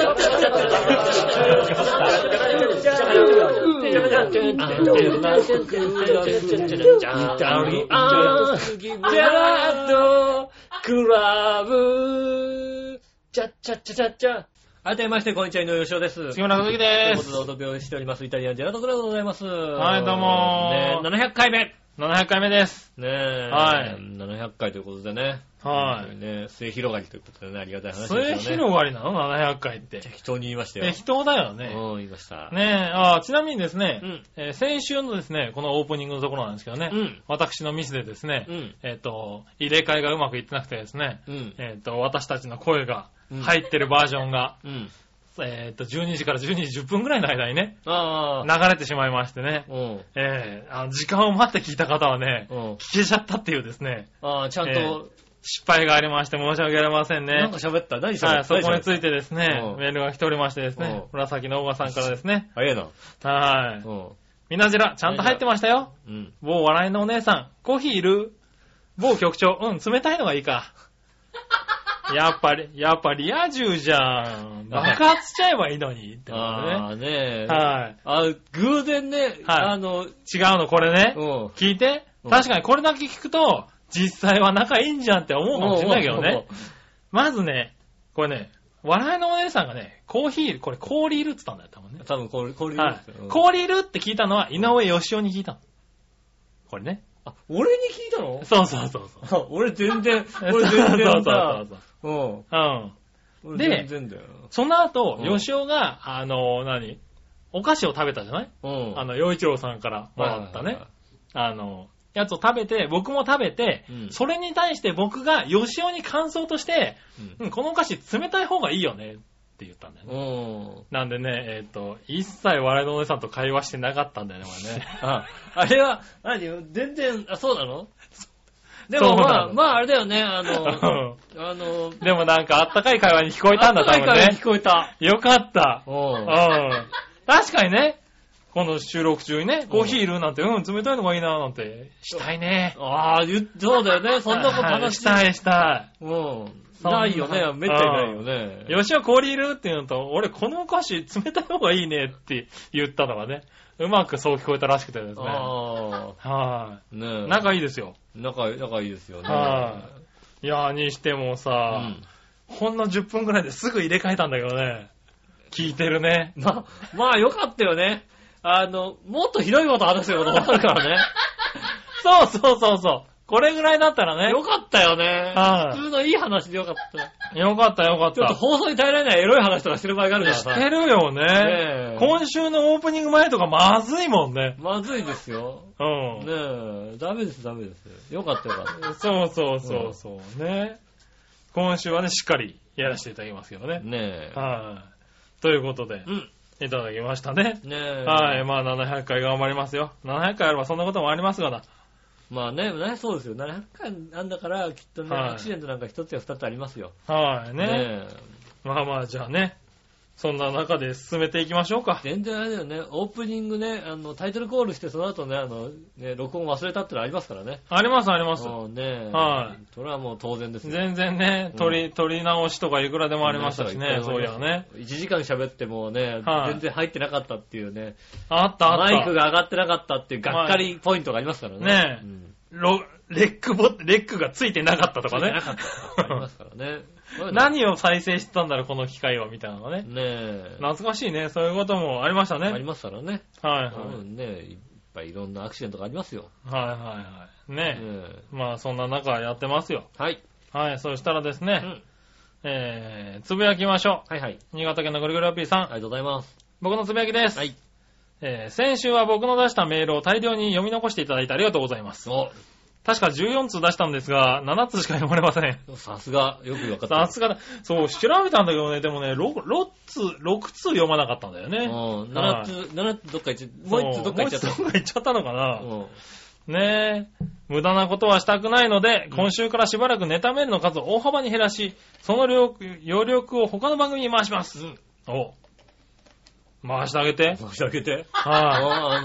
改めまして、こんにちは、井上芳雄です。 杉村和樹です。 ということで、お届けしております、イタリアンジェラートクラブでございます。 はい、どうもー。ね、700回目。 700回目です。 ねえ。 はい。 700回ということでね。 はい。 ね、末広がりということでね、ありがたい話ですよね。末広がりなの ?700 回って。 適当に言いましたよ。 適当だよね。 言いました。 ねえ、ちなみにですね、先週のですね、このオープニングのところなんですけどね、私のミスでですね、入れ替えがうまくいってなくてですね、私たちの声が入ってるバージョンが、12時から12時10分ぐらいの間にね、流れてしまいましてね、時間を待って聞いた方はね、聞けちゃったっていうですね、 ちゃんと、 失敗がありまして申し訳ありませんね。 なんか喋った？何喋った？ はい、そこについてですね、メールが来ておりましてですね、紫のオーガさんからですね。 早いな。 はい。みなじら、ちゃんと入ってましたよ。某笑いのお姉さん、コーヒーいる？某局長、冷たいのがいいか。やっぱりリア充じゃん。爆発しちゃえばいいのにってことね。 はい。偶然ね、 違うの、これね。聞いて。確かにこれだけ聞くと、実際は仲いいんじゃんって思うかもしれないけどね。まずね、これね、笑いのお姉さんがね、コーヒー、これ氷いるって言ったんだよ、多分ね。 多分氷いる。 はい。氷いるって聞いたのは井上義雄に聞いたの。これね。 俺に聞いたの？ そう。 俺全然。 そう。で、その後、義雄が、お菓子を食べたじゃない？洋一郎さんからもらったね。やつを食べて、僕も食べて、それに対して僕が義雄に感想として、このお菓子冷たい方がいいよねって言ったんだよね。なんでね、一切笑いのお姉さんと会話してなかったんだよね、これね。 あれは、全然、そうなの？でもまああれだよね、 でもなんかあったかい会話に聞こえたんだ、多分ね。あったかい会話に聞こえた。 よかった。確かにね、この収録中にね、コーヒーいるなんて、冷たいのがいいななんて、したいね。 そうだよね、そんなこと話したい。 ないよね、めったにないよね。 よしは氷いるって言うのと、俺このお菓子冷たい方がいいねって言ったのがね、うまくそう聞こえたらしくてですね。はい。仲いいですよ。 仲いいですよね。 いや、にしてもさ、ほんの10分くらいですぐ入れ替えたんだけどね。聞いてるね。 まあよかったよね。もっとひどいこと話すよこともあるからね。 そう。これぐらいだったらね。 よかったよね。普通のいい話でよかった。 よかった。ちょっと放送に耐えられないエロい話とかしてる場合があるからさ。 してるよね。今週のオープニング前とかまずいもんね。 まずいですよ。ダメです。よかった。 そうね。今週はね、しっかりやらせていただきますけどね。ということで。いただきましたね。はい。まあ700回頑張りますよ。700回あればそんなこともありますがな。 まあね、そうですよ。700回なんだから、きっとね、アクシデントなんか一つや二つありますよ。 はい、ね。まあじゃあね、そんな中で進めていきましょうか。 全然あれだよね、オープニングね、タイトルコールしてその後ね、録音忘れたってのありますからね。 あります。はい。 それはもう当然ですね。 全然ね、取り直しとかいくらでもありましたしね、そういやね。 1時間喋ってもね、全然入ってなかったっていうね。 あった。 マイクが上がってなかったっていうがっかりポイントがありますからね。 ねレックがついてなかったとかね。 ついてなかったとかありますからね。 何を再生してたんだろう、この機械は、みたいなのがね。懐かしいね。そういうこともありましたね。 ありますからね。いっぱいいろんなアクシデントがありますよ。 ねまあ、そんな中やってますよ。はい。そしたらですね、つぶやきましょう。新潟県のぐるぐるラッピーさん。ありがとうございます。 僕のつぶやきです。先週は僕の出したメールを大量に読み残していただいてありがとうございます。確か14通出したんですが、7通しか読まれません。 さすが、よく分かった。 さすがだ。そう、調べたんだけどね、でもね、6通読まなかったんだよね。 7つどっか行っちゃった。もう1つどっか行っちゃった。 どっか行っちゃったのかな。ねえ。無駄なことはしたくないので、今週からしばらくネタメールの数を大幅に減らし、その余力を他の番組に回します。 回してあげて。 回してあげて。 はい。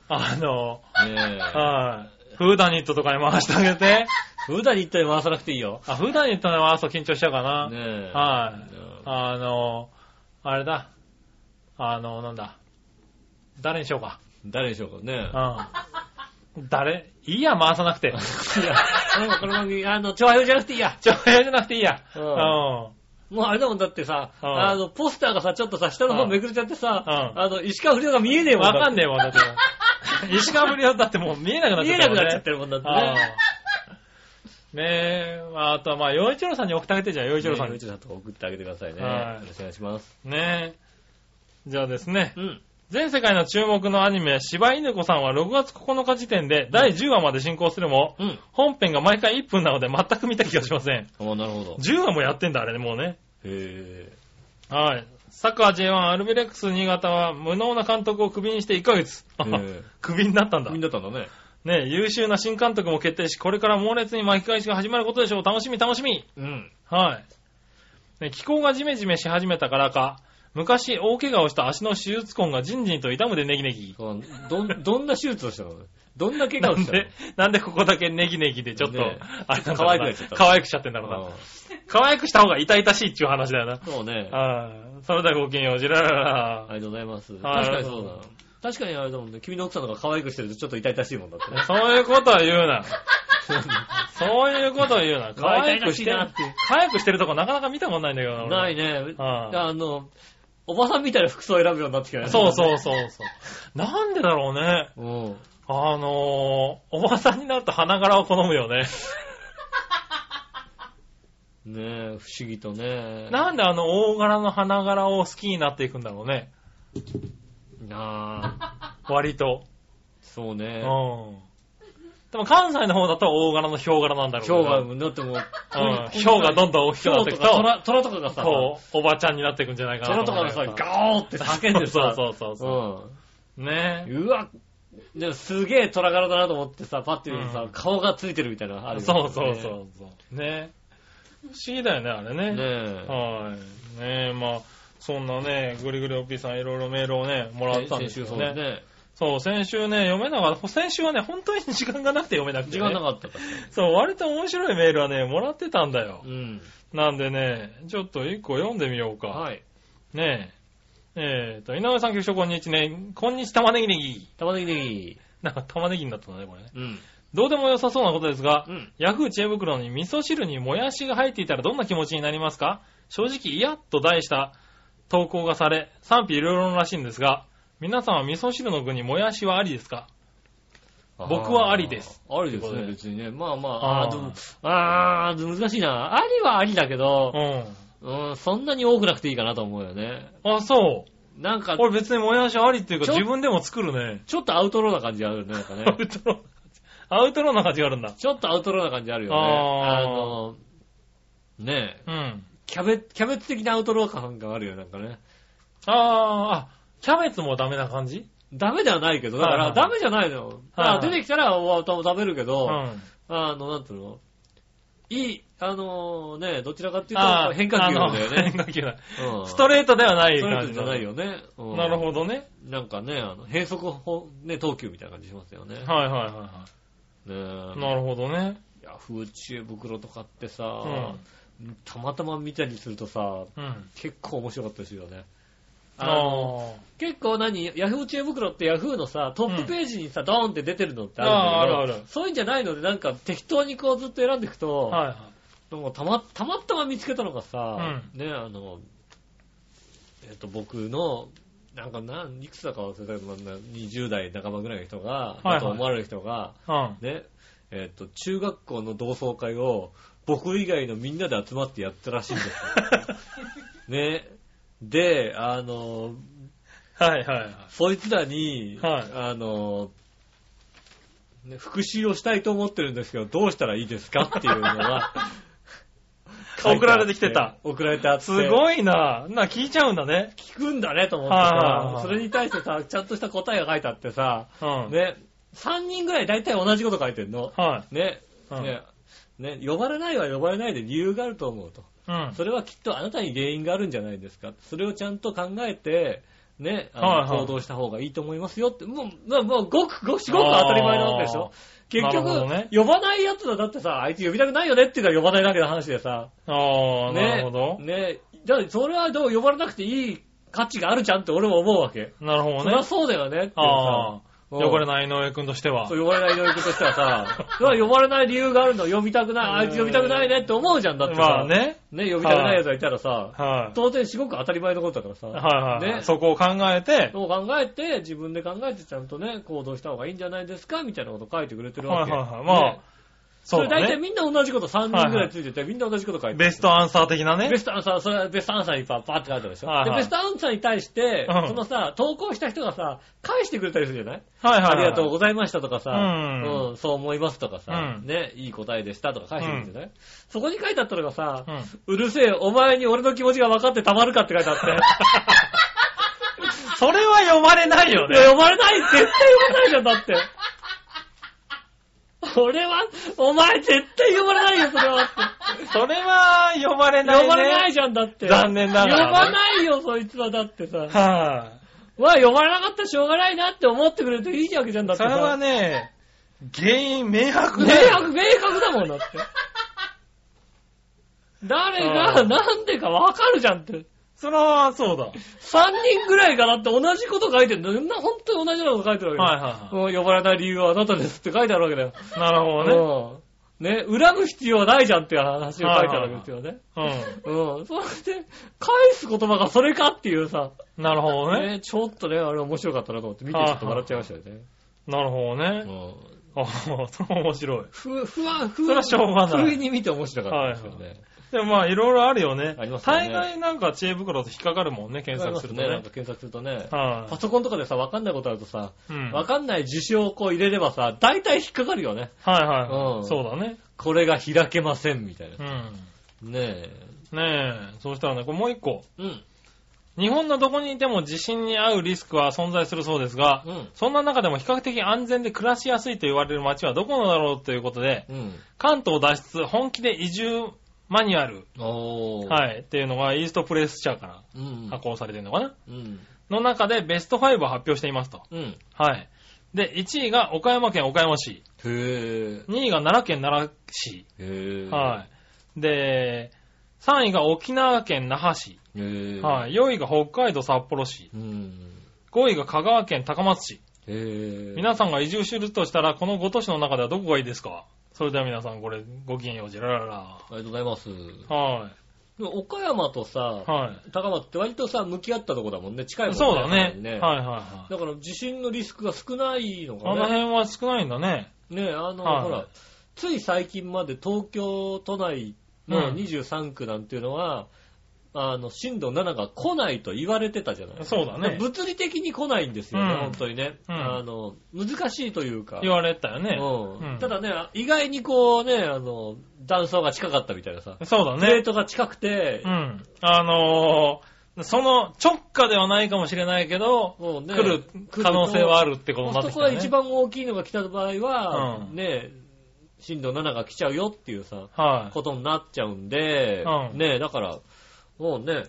フーダニットとかに回してあげて。 フーダニットに回さなくていいよ。 フーダニットに回すと緊張しちゃうかな。 ねえ。 はい。あれだ。なんだ。誰にしようか。 誰にしようかね。 いいや、回さなくて。いや、 この番組、調和表じゃなくていいや。 調和表じゃなくていいや。 もうあれだもんだってさ、ポスターがさ、ちょっとさ、下の方めくれちゃってさ、石川不良が見えねえもんわかんねえもんだって。石川不良だってもう見えなくなっちゃってるもんね。 見えなくなっちゃってるもんだってね。 ねえ、あとは洋一郎さんに送ってあげてじゃあ、洋一郎さんに。 洋一郎さんとか送ってあげてくださいね。よろしくお願いします。 ねえ。じゃあですね。全世界の注目のアニメ、柴犬子さんは6月9日時点で第10話まで進行するも、本編が毎回1分なので全く見た気がしません。 なるほど。 10話もやってんだ、あれね、もうね。はい。サッカー J1 アルビレックス新潟は無能な監督をクビにして1ヶ月。クビになったんだ。 クビになったんだね。 ねえ、優秀な新監督も決定し、これから猛烈に巻き返しが始まることでしょう。楽しみ。はい。ね、気候がジメジメし始めたからか、昔大怪我をした足の手術痕がじんじんと痛むでネギネギ。 どんな手術をしたの？どんな怪我をしたの？ なんでここだけネギネギでちょっと、 あれ可愛くなっちゃった。 可愛くしちゃってんだろうな。可愛くした方が痛々しいっていう話だよな。 そうね。 それではごきげんよう、じららら。 ありがとうございます。確かにそうだ。確かにあれだもんね。君の奥さんの方が可愛くしてるとちょっと痛々しいもんだってね。 そういうことは言うな。そういうことを言うな。可愛くしてるとこなかなか見たことないんだけどな。ないね。おばさんみたいな服装を選ぶようになってきたね。 そう。なんでだろうね。おばさんになると花柄を好むよね。 ねえ、不思議とね。 なんで大柄の花柄を好きになっていくんだろうね。割と。 そうね。 でも関西の方だと大柄のヒョウ柄なんだろうね。 ヒョウが、だってもう、 ヒョウがどんどん大きくなっていくと、 虎とかがさ、 おばちゃんになっていくんじゃないかな。 虎とかがさ、ガーって叫んでさ、 そう。ねえ。うわ、すげえ虎柄だなと思ってさ、パッて見るとさ、顔がついてるみたいなのあるよね。 そう。ね不思議だよね、あれね。はい。ねまあ、そんなね、ぐりぐりおっぴーさんいろいろメールをね、もらったんですよね。そう、先週ね、読めなかった。先週はね、本当に時間がなくて読めなくて、 時間なかったから。 そう、割と面白いメールはね、もらってたんだよ。なんでね、ちょっと一個読んでみようか。 はい。 ねえ。井上さん局長こんにちね。こんにち玉ねぎネギ。 玉ねぎネギ。 なんか玉ねぎになったんだね、これね。どうでも良さそうなことですが、ヤフー知恵袋に味噌汁にもやしが入っていたらどんな気持ちになりますか？正直、いやと題した投稿がされ、賛否いろいろらしいんですが、皆さんは味噌汁の具にもやしはありですか？僕はありです。 ありですね、別にね。まあ、でも難しいな。ありはありだけど、そんなに多くなくていいかなと思うよね。 そうなんか、 俺別にもやしありっていうか自分でも作るね。 ちょっとアウトローな感じあるね、なんかね。 アウトローな感じがあるんだ。 ちょっとアウトローな感じあるよね。ねえ。キャベツ的なアウトロー感があるよ、なんかね。 キャベツもダメな感じ？ ダメではないけど、だからダメじゃないの。出てきたら食べるけど、なんていうの？どちらかっていうと変化球だよね。 変化球だ。ストレートではない感じ。 ストレートじゃないよね。 なるほどね。 なんかね、変則投球みたいな感じしますよね。 はい。なるほどね。 ヤフー知恵袋とかってさ、たまたま見たりするとさ、結構面白かったですよね。結構ヤフー知恵袋ってヤフーのさ、トップページにさ、ドーンって出てるのってあるんだけど、そういうんじゃないので、なんか適当にこうずっと選んでいくと、たまたま見つけたのがさ、僕の、いくつだか忘れたけど、20代半ばぐらいの人が、だと思われる人が、中学校の同窓会を僕以外のみんなで集まってやったらしいんですよ。ね。で、そいつらに、復習をしたいと思ってるんですけど、どうしたらいいですかっていうのが、 送られてきてた。 送られてあって。 すごいな。聞いちゃうんだね。 聞くんだねと思ってさ、それに対してさ、ちゃんとした答えが書いてあってさ、ね、3人ぐらい大体同じこと書いてんの。ね、呼ばれないは呼ばれないで理由があると思うと。それはきっとあなたに原因があるんじゃないですか。それをちゃんと考えて、 ね、行動した方がいいと思いますよって、もう、ごく当たり前なわけでしょ。結局、ね、呼ばないやつはだってさ、あいつ呼びたくないよねっていうのは呼ばないだけの話でさ。 なるほど。 ね、だからそれはどう呼ばれなくていい価値があるじゃんって俺も思うわけ。 なるほどね。 そりゃそうだよねってさ。 呼ばれない井上くんとしては。 そう、呼ばれない井上くんとしてはさ、呼ばれない理由があるの、呼びたくない、あいつ呼びたくないねって思うじゃんだってさ。 まあね。 ね、呼びたくないやつがいたらさ、当然すごく当たり前のことだからさ。 ね。そこを考えて。 そう考えて、自分で考えてちゃんとね、行動した方がいいんじゃないですかみたいなこと書いてくれてるわけ。 まあ。 それ大体みんな同じこと3人ぐらいついてて、みんな同じこと書いてる。 ベストアンサー的なね。 ベストアンサー、それはベストアンサーにパーって書いてあるでしょ。で、ベストアンサーに対して、そのさ、投稿した人がさ、返してくれたりするじゃない？ありがとうございましたとかさ、そう思いますとかさ、ね、いい答えでしたとか返してくれるじゃない？そこに書いてあったのがさ、うるせえ、お前に俺の気持ちが分かってたまるかって書いてあって。 それは読まれないよね。 読まれない、絶対読まれないじゃん、だって。俺は、お前絶対読まれないよ、それはって。 それは読まれないね。 読まれないじゃん、だって。 残念ながら、ね。 読まないよ、そいつはだってさ。 まあ読まれなかったらしょうがないなって思ってくれるといいわけじゃん、だってさ。 それはね、原因明白だよ。明確だもんだって。誰が、なんでかわかるじゃんって。 そら、そうだ。 3人ぐらいがだって同じこと書いてるんだよ。本当に同じようなこと書いてるわけだよ。呼ばれない理由はあなたですって書いてあるわけだよ。 なるほどね。ね、恨む必要はないじゃんっていう話を書いてあるわけですよね。それで、返す言葉がそれかっていうさ。 なるほどね。 ちょっとね、あれ面白かったなと思って見てちょっと笑っちゃいましたよね。 なるほどね。それ面白い。 それはしょうがない。 不意に見て面白かったですよね。 でもまあいろいろあるよね。 ありますよね。 大概なんか知恵袋と引っかかるもんね、検索するとね。 なんか検索するとね。パソコンとかでさ、わかんないことあるとさ、わかんない事象をこう入れればさ、大体引っかかるよね。そうだね。これが開けませんみたいな。ねえ。そうしたらね、これもう一個。日本のどこにいても地震に遭うリスクは存在するそうですが、そんな中でも比較的安全で暮らしやすいと言われる街はどこだろうということで、関東脱出本気で移住マニュアル。っていうのがイーストプレス社から発行されてるのかな、の中でベスト5を発表していますと。で、1位が岡山県岡山市。2位が奈良県奈良市。で、3位が沖縄県那覇市。4位が北海道札幌市。5位が香川県高松市。皆さんが移住するとしたら、この5都市の中ではどこがいいですか？それでは皆さん、これ、ごきげんよう、じららら。 ありがとうございます。岡山とさ、高松って割とさ、向き合ったとこだもんね。近いもんね。 そうだね。 だから地震のリスクが少ないのかね。 あの辺は少ないんだね。 ほら、つい最近まで東京都内の23区なんていうのは、震度7が来ないと言われてたじゃない。 そうだね。 物理的に来ないんですよね、本当にね。難しいというか。 言われたよね。 ただね、意外にこうね、断層が近かったみたいなさ。 そうだね。 プレートが近くて、 その直下ではないかもしれないけど、来る可能性はあるってことになってきたね。 そこが一番大きいのが来た場合は、ね、震度7が来ちゃうよっていうさ、ことになっちゃうんで、ね、だから、もうね、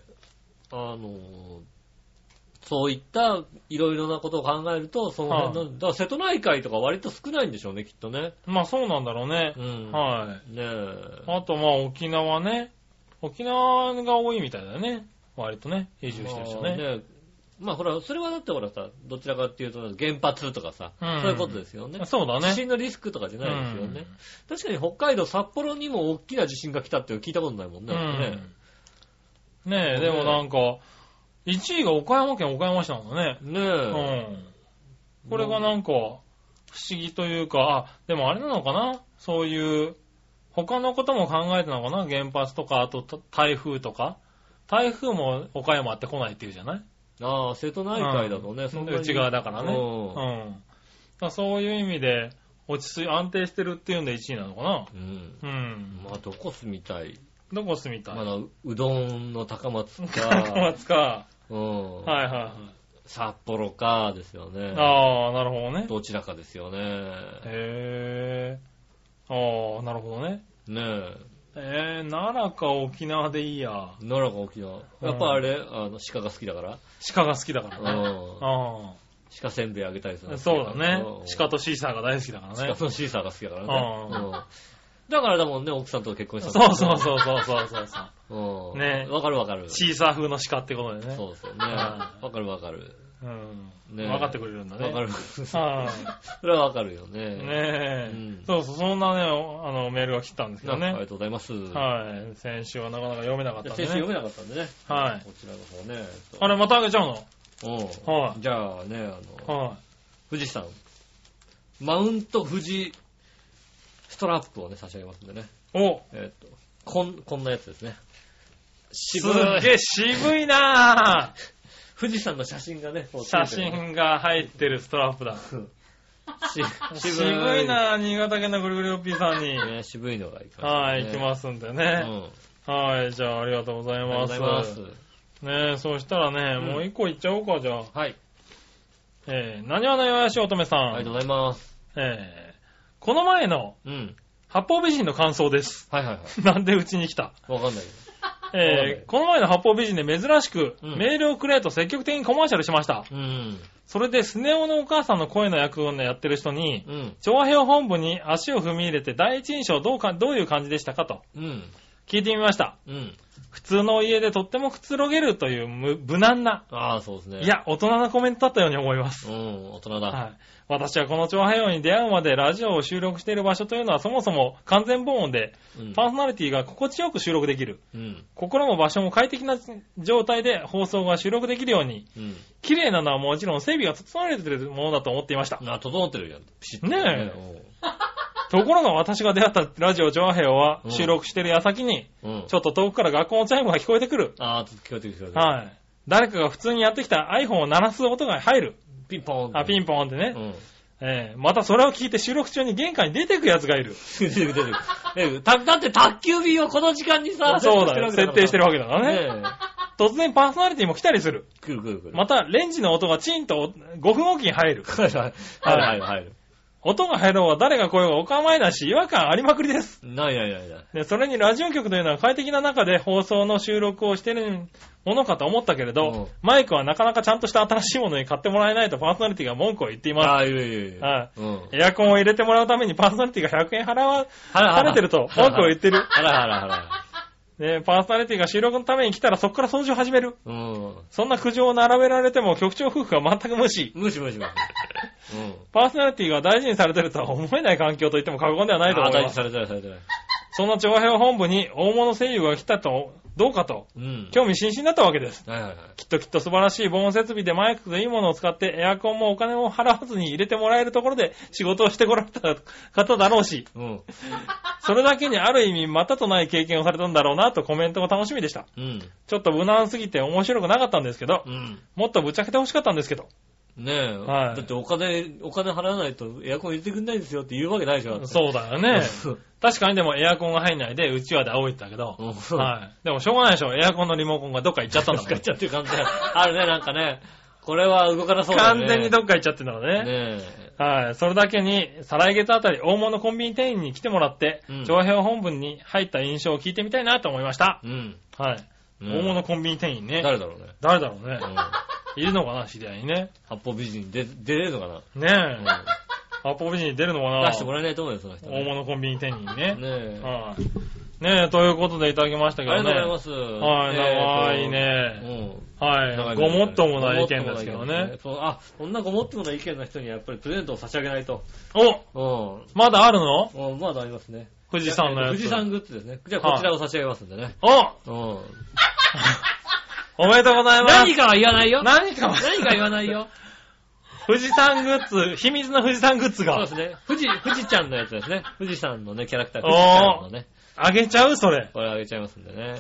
そういったいろいろなことを考えると、その辺の、だから瀬戸内海とか割と少ないんでしょうね、きっとね。 まあそうなんだろうね。ねあとまあ沖縄ね。沖縄が多いみたいだよね。割とね、移住してる人ね。 まあほら、それはだってほらさ、どちらかっていうと原発とかさ、そういうことですよね。 そうだね。 地震のリスクとかじゃないですよね。確かに北海道札幌にも大きな地震が来たって聞いたことないもんね。 ねえ、でもなんか、1位が岡山県岡山市なんだね。 ねえ。 これがなんか、不思議というか、でもあれなのかな？そういう、他のことも考えてたのかな？原発とか、あと台風とか。台風も岡山って来ないっていうじゃない？ ああ、瀬戸内海だとね、 内側だからね。そういう意味で、安定してるっていうんで1位なのかな？ まあ、どこ住みたい？ どこ住みたい？ まだ、うどんの高松か。 高松か。 札幌かですよね。 ああ、なるほどね。 どちらかですよね。 へえ。ああ、なるほどね。 ねえ。 奈良か沖縄でいいや。 奈良か沖縄。やっぱあれ、鹿が好きだから。 鹿が好きだからね。 鹿せんべいあげたいですね。 そうだね。鹿とシーサーが大好きだからね。 鹿とシーサーが好きだからね。だからだもんね、奥さんと結婚したそう。 ね、わかるわかる。 シーサー風の鹿ってことでね。 そうですよね。わかるわかる。 ね、分かってくれるんだね。 わかる。それはわかるよね。 ねそう、そんなね、メールが来たんですけどね。 ありがとうございます。 はい。先週はなかなか読めなかったんでね。 先週読めなかったんでね。 はい。 こちらの方ね。 あれ、またあげちゃうの？ はい。じゃあね、富士山。マウント富士ストラップをね、差し上げますんでね。こんなやつですね。 すっげえ渋いなぁ。 富士山の写真がね、 写真が入ってるストラップだ。渋いなぁ、新潟県のぐるぐるおっぴーさんに。 ね、渋いのがいいから。はい、行きますんでね。はい、じゃあありがとうございます。ありがとうございます。ねえ、そうしたらね、もう一個いっちゃおうか、じゃあ。 はい。 何話のよやしおとめさん。 ありがとうございます。 この前の、八方美人の感想です。 はいはいはい。 なんでうちに来た？ わかんないけど。この前の八方美人で珍しく、メールをくれと積極的にコマーシャルしました。それでスネ夫のお母さんの声の役をやってる人に、調和表本部に足を踏み入れて第一印象どういう感じでしたかと、聞いてみました。普通の家でとってもくつろげるという無難な。 そうですね。 いや、大人なコメントだったように思います。 大人だ。はい。 私はこの調和表に出会うまでラジオを収録している場所というのはそもそも完全防音で、パーソナリティが心地よく収録できる。心も場所も快適な状態で放送が収録できるように、綺麗なのはもちろん整備が整えているものだと思っていました。 整ってるじゃん。ピシッとねえ。ところが私が出会ったラジオ調和平は収録してる矢先に、ちょっと遠くから学校のチャイムが聞こえてくる。 聞こえてくる。 はい。誰かが普通にやってきた iPhone を鳴らす音が入る。 ピンポン。 ピンポンってね。またそれを聞いて収録中に玄関に出てくやつがいる。 出てく。だって宅急便をこの時間にさ、 そうだよ。設定してるわけだからね。突然パーソナリティも来たりする。 来る。 またレンジの音がチンと5分おきに入る。 入る。 音が入ろうが誰が来ようがお構いなし違和感ありまくりです。 ない。 で、それにラジオ局というのは快適な中で放送の収録をしているものかと思ったけれど、マイクはなかなかちゃんとした新しいものに買ってもらえないとパーソナリティが文句を言っています。エアコンを入れてもらうためにパーソナリティが100円払われてると文句を言ってる。で、パーソナリティが収録のために来たらそこから掃除を始める。そんな苦情を並べられても局長夫婦は全く無視。パーソナリティが大事にされてるとは思えない環境といっても過言ではないと思います。 大事にされてる。 その調和表本部に大物声優が来たと、どうかと、興味津々だったわけです。きっと素晴らしい防音設備でマイクといいものを使ってエアコンもお金を払わずに入れてもらえるところで仕事をしてこられた方だろうし、それだけにある意味またとない経験をされたんだろうなとコメントが楽しみでした。ちょっと無難すぎて面白くなかったんですけど、もっとぶっちゃけてほしかったんですけど。 ねえ、だってお金払わないとエアコン入れてくんないですよって言うわけないでしょ。 そうだよね。確かにでもエアコンが入んないでうちわで仰いでたけど、でもしょうがないでしょ。エアコンのリモコンがどっか行っちゃったんだもん。 どっか行っちゃってる感じあるね、なんかね。これは動かなそうだね。 完全にどっか行っちゃってんだろうね。はい。それだけに、再来月あたり大物コンビニ店員に来てもらって、調和表本部に入った印象を聞いてみたいなと思いました。はい。大物コンビニ店員ね。 誰だろうね。 いるのかな、知り合いにね。 八方美人に出れるのかな。 ねえ。八方美人に出るのかな。 出してもらえないと思うよ、その人。 大物コンビニ店員ね。ねえ、ということでいただきましたけどね。 ありがとうございます。 はい、長いね。はい。ごもっともない意見ですけどね。 そんなごもっともない意見の人にはやっぱりプレゼントを差し上げないと。 まだあるの？ まだありますね。 富士山のやつ。 富士山グッズですね。じゃあこちらを差し上げますんでね。 おめでとうございます。 何かは言わないよ。 何か言わないよ。 富士山グッズ、秘密の富士山グッズが。 そうですね。富士ちゃんのやつですね。富士山のね、キャラクター。富士山のね。 あげちゃうそれ。 これあげちゃいますんでね。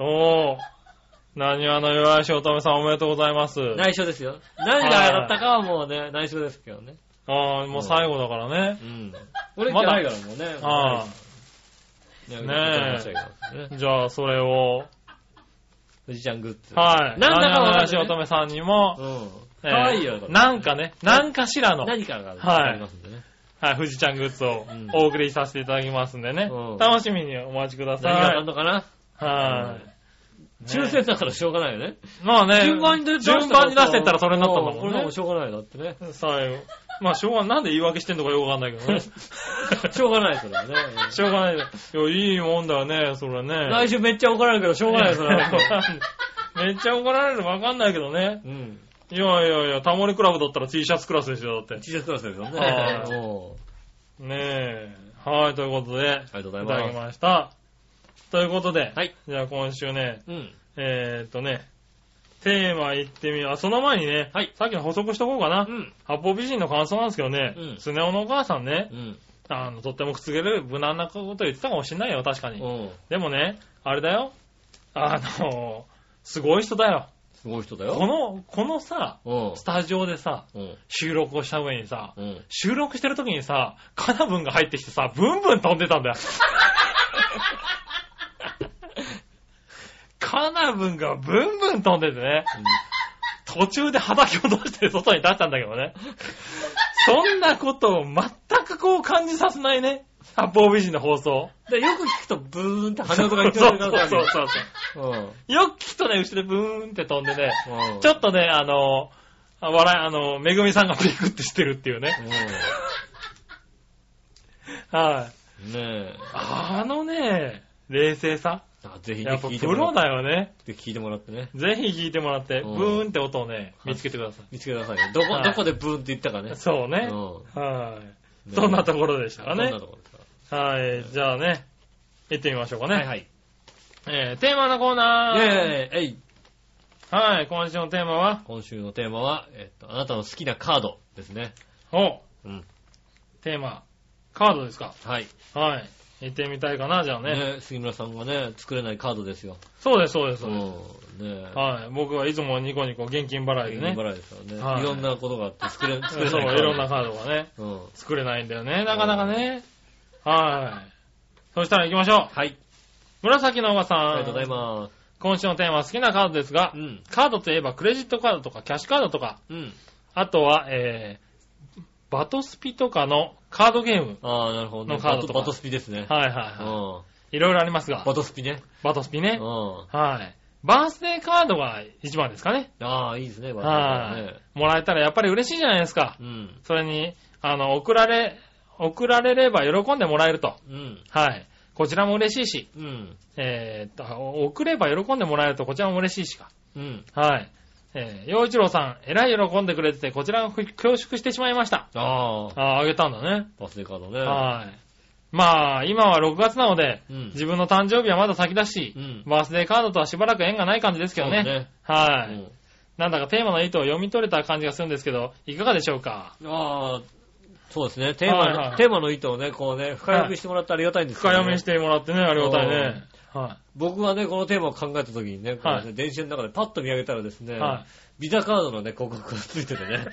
何話のよやしおとめさんおめでとうございます。 内緒ですよ。何がだったかはもうね、内緒ですけどね。 もう最後だからね。 俺じゃないからもうね。 ねえ。じゃあ、それを。 富士ちゃんグッズ。 はい。なんだかのよやしおとめさんにも。 かわいいよ。 なんかね、なんかしらの。 何かがありますんでね。 はい、富士ちゃんグッズをお送りさせていただきますんでね。楽しみにお待ちください。 何があるのかな。 はい。 抽選だからしょうがないよね。 まあね。 順番に出してったらそれになったんだもんね。 これはもうしょうがないだってね。 まあしょうがない。なんで言い訳してんのかよくわかんないけどね。 しょうがないそれはね。 しょうがない。いや、いいもんだよね、それはね。 来週めっちゃ怒られるけどしょうがないそれは。 めっちゃ怒られるわかんないけどね。うん。いや、タモリクラブだったら T シャツクラスですよ、だって。 T シャツクラスですよね。 ねえ。はい、ということで。 ありがとうございます。 いただきました。ということで。 はい。 じゃあ今週ね。テーマ言ってみよう。その前にね。はい。さっきの補足しとこうかな。八方美人の感想なんですけどね。スネ夫のお母さんね。とってもくつげる無難なこと言ってたかもしれないよ、確かに。でもね、あれだよ。すごい人だよ。 すごい人だよ。 このさ、スタジオでさ、収録をした上にさ、収録してる時にさ、カナブンが入ってきてさ、ブンブン飛んでたんだよ。カナブンがブンブン飛んでてね、途中で畑を出して外に出したんだけどね。そんなことを全くこう感じさせないね。八方美人の放送。 でよく聞くとブーンって羽音が言ってるからそう。よく聞くとね、後ろでブーンって飛んでね、ちょっとね、めぐみさんがビクってしてるっていうね。はい。ねえ。冷静さ。 ぜひやっぱプロだよね。 で聞いてもらってね。 ぜひ聞いてもらって、ブーンって音をね、見つけてください。 見つけてくださいね。どこでブーンって言ったかね。 そうね。はい。そんなところでしたかね。そんなところですか。はい。じゃあね、行ってみましょうかね。はい。テーマのコーナー。はい。今週のテーマはあなたの好きなカードですね。 テーマ、カードですか。 はい。 はい。行ってみたいかな、じゃあね。 杉村さんがね、作れないカードですよ。 そうです。はい。僕はいつもニコニコ現金払いでね。 現金払いですからね。いろんなことがあって作れない。そう、いろんなカードがね。作れないんだよね、なかなかね。はい。そしたら行きましょう。 はい。 紫のおばさん。 ありがとうございます。 今週のテーマは好きなカードですが、カードといえばクレジットカードとかキャッシュカードとか、あとは、バトスピとかのカードゲームのカードとか。 バトスピですね。 はい。いろいろありますが。 バトスピね。 はい。バースデーカードが一番ですかね。 いいですね、 バースデーカードね。もらえたらやっぱり嬉しいじゃないですか。それに、送られれば喜んでもらえると。はい。こちらも嬉しいし。送れば喜んでもらえるとこちらも嬉しいしか。はい。洋一郎さん、えらい喜んでくれてて、こちらが恐縮してしまいました。あげたんだね。 バースデーカードね。 はい。まあ、今は6月なので、自分の誕生日はまだ先だし、バースデーカードとはしばらく縁がない感じですけどね。はい。なんだかテーマの意図を読み取れた感じがするんですけど、いかがでしょうか。 そうですね。テーマの意図をね、こうね、深読みしてもらってありがたいんですけどね。 深読みしてもらってね、ありがたいね。 僕はね、このテーマを考えた時にね、電車の中でパッと見上げたらですね、ビザカードのね、広告がついててね。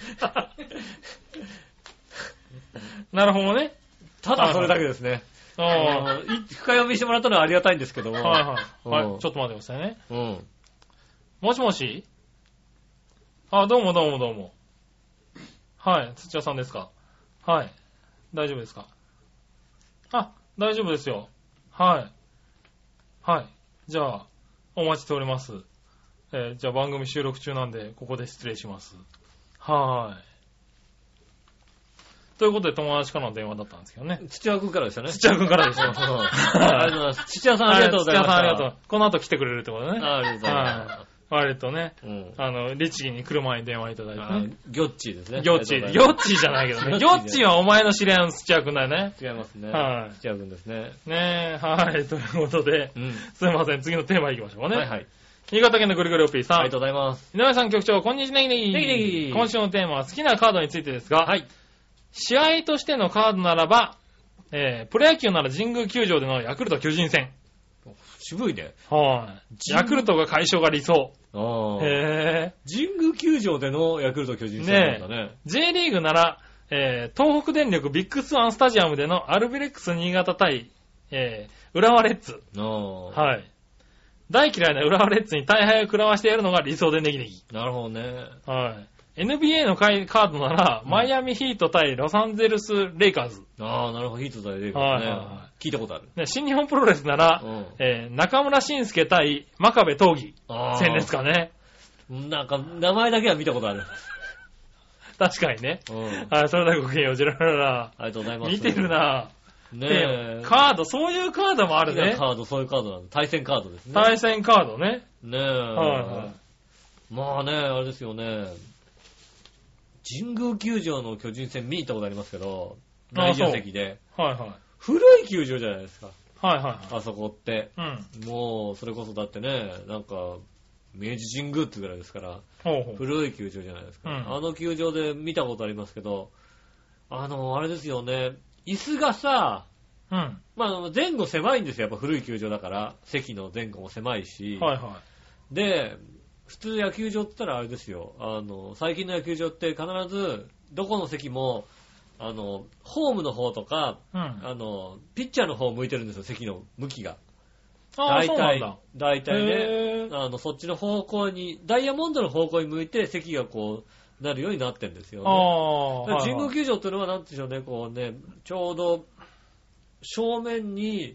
なるほどね。 ただそれだけですね。深読みしてもらったのはありがたいんですけども。 ちょっと待ってくださいね。もしもし？どうも。はい、土屋さんですか？はい。大丈夫ですか？大丈夫ですよ。はい。じゃあ、お待ちしております。じゃあ番組収録中なんで、ここで失礼します。はい。ということで友達からの電話だったんですけどね。 土屋くんからでしたね。 土屋くんからですよ。 ありがとうございます。土屋さんありがとうございます。 土屋さんありがとう。この後来てくれるってことね。 ありがとうございます。 割とね、律儀に来る前に電話いただいてね。 ギョッチーですね。 ギョッチーじゃないけどね。ギョッチーはお前の知り合いの土屋くんだよね。 違いますね。土屋くんですね。 ねえ、はい。ということで、すいません。次のテーマ行きましょうかね。新潟県のぐりぐりおっぴーさん。 ありがとうございます。 井上さん局長、こんにちは。今週のテーマは好きなカードについてですが、試合としてのカードならば、プロ野球なら神宮球場でのヤクルト巨人戦。 渋いね。 ヤクルトが快勝が理想。 神宮球場でのヤクルト巨人戦なんだね。 J リーグなら、東北電力ビッグスワンスタジアムでのアルビレックス新潟対、浦和レッズ。大嫌いな浦和レッズに大敗を食らわしてやるのが理想でネギネギ。 なるほどね。 NBA のカードなら、マイアミヒート対ロサンゼルスレイカーズ。 ああ、なるほど、ヒート対レイカーズね。聞いたことある。 ね、新日本プロレスなら、中村慎介対真壁闘技戦ですかね。 なんか、名前だけは見たことある。 確かにね。はい、それだけごきげんよう、ジェラララ。 ありがとうございます。 見てるなねえ。カード、そういうカードもあるね。 カード、そういうカードなんだ。対戦カードですね。 対戦カードね。 ねえ。はい。まあね、あれですよね。神宮球場の巨人戦見に行ったことありますけど、内野席で。 はいはい。 古い球場じゃないですか。 はいはい。 あそこって。もう、それこそだってね、なんか、明治神宮ってぐらいですから、古い球場じゃないですか。あの球場で見たことありますけど、あれですよね、椅子がさ、まあ前後狭いんですよ、やっぱ古い球場だから、席の前後も狭いし、で、普通野球場って言ったらあれですよ、最近の野球場って必ず、どこの席も、ホームの方とか、ピッチャーの方向いてるんですよ、席の向きが。大体ね、そっちの方向に、ダイヤモンドの方向に向いて席がこう、なるようになってるんですよね。神宮球場っていうのはなんて言うんでしょうね、こうね、ちょうど、正面に、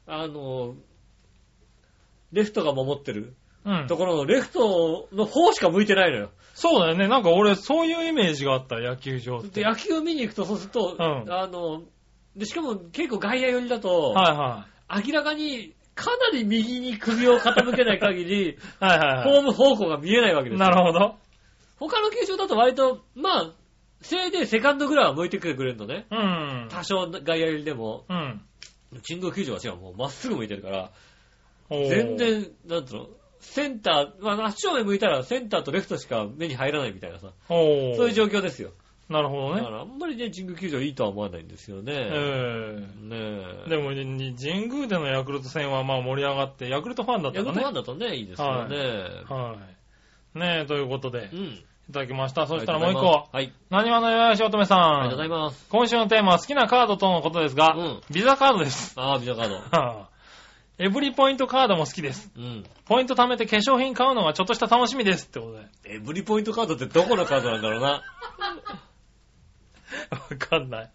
レフトが守ってるところのレフトの方しか向いてないのよ。 そうだよね。なんか俺、そういうイメージがあった、野球場って。 で、野球見に行くと、そうすると、で、しかも結構外野寄りだと、明らかに、かなり右に首を傾けない限り、ホーム方向が見えないわけですよ。 なるほど。 他の球場だと割と、まあ、せいでセカンドぐらいは向いてくれるのね。多少外野寄りでも。神宮球場は違う、もうまっすぐ向いてるから、全然、なんつうの、センター、まあ、真正面向いたらセンターとレフトしか目に入らないみたいなさ。そういう状況ですよ。 なるほどね。 だからあんまりね、神宮球場いいとは思わないんですよね。 でも、神宮でのヤクルト戦はまあ盛り上がって、ヤクルトファンだったらね。 ヤクルトファンだとね、いいですよね。 ねえ、ということで、いただきました。そしたらもう一個。なにわのよしおとめさん。ありがとうございます。 今週のテーマは好きなカードとのことですが、ビザカードです。 ああ、ビザカード。 エブリポイントカードも好きです。ポイント貯めて化粧品買うのがちょっとした楽しみです。ってことで。 エブリポイントカードってどこのカードなんだろうな。 わかんない。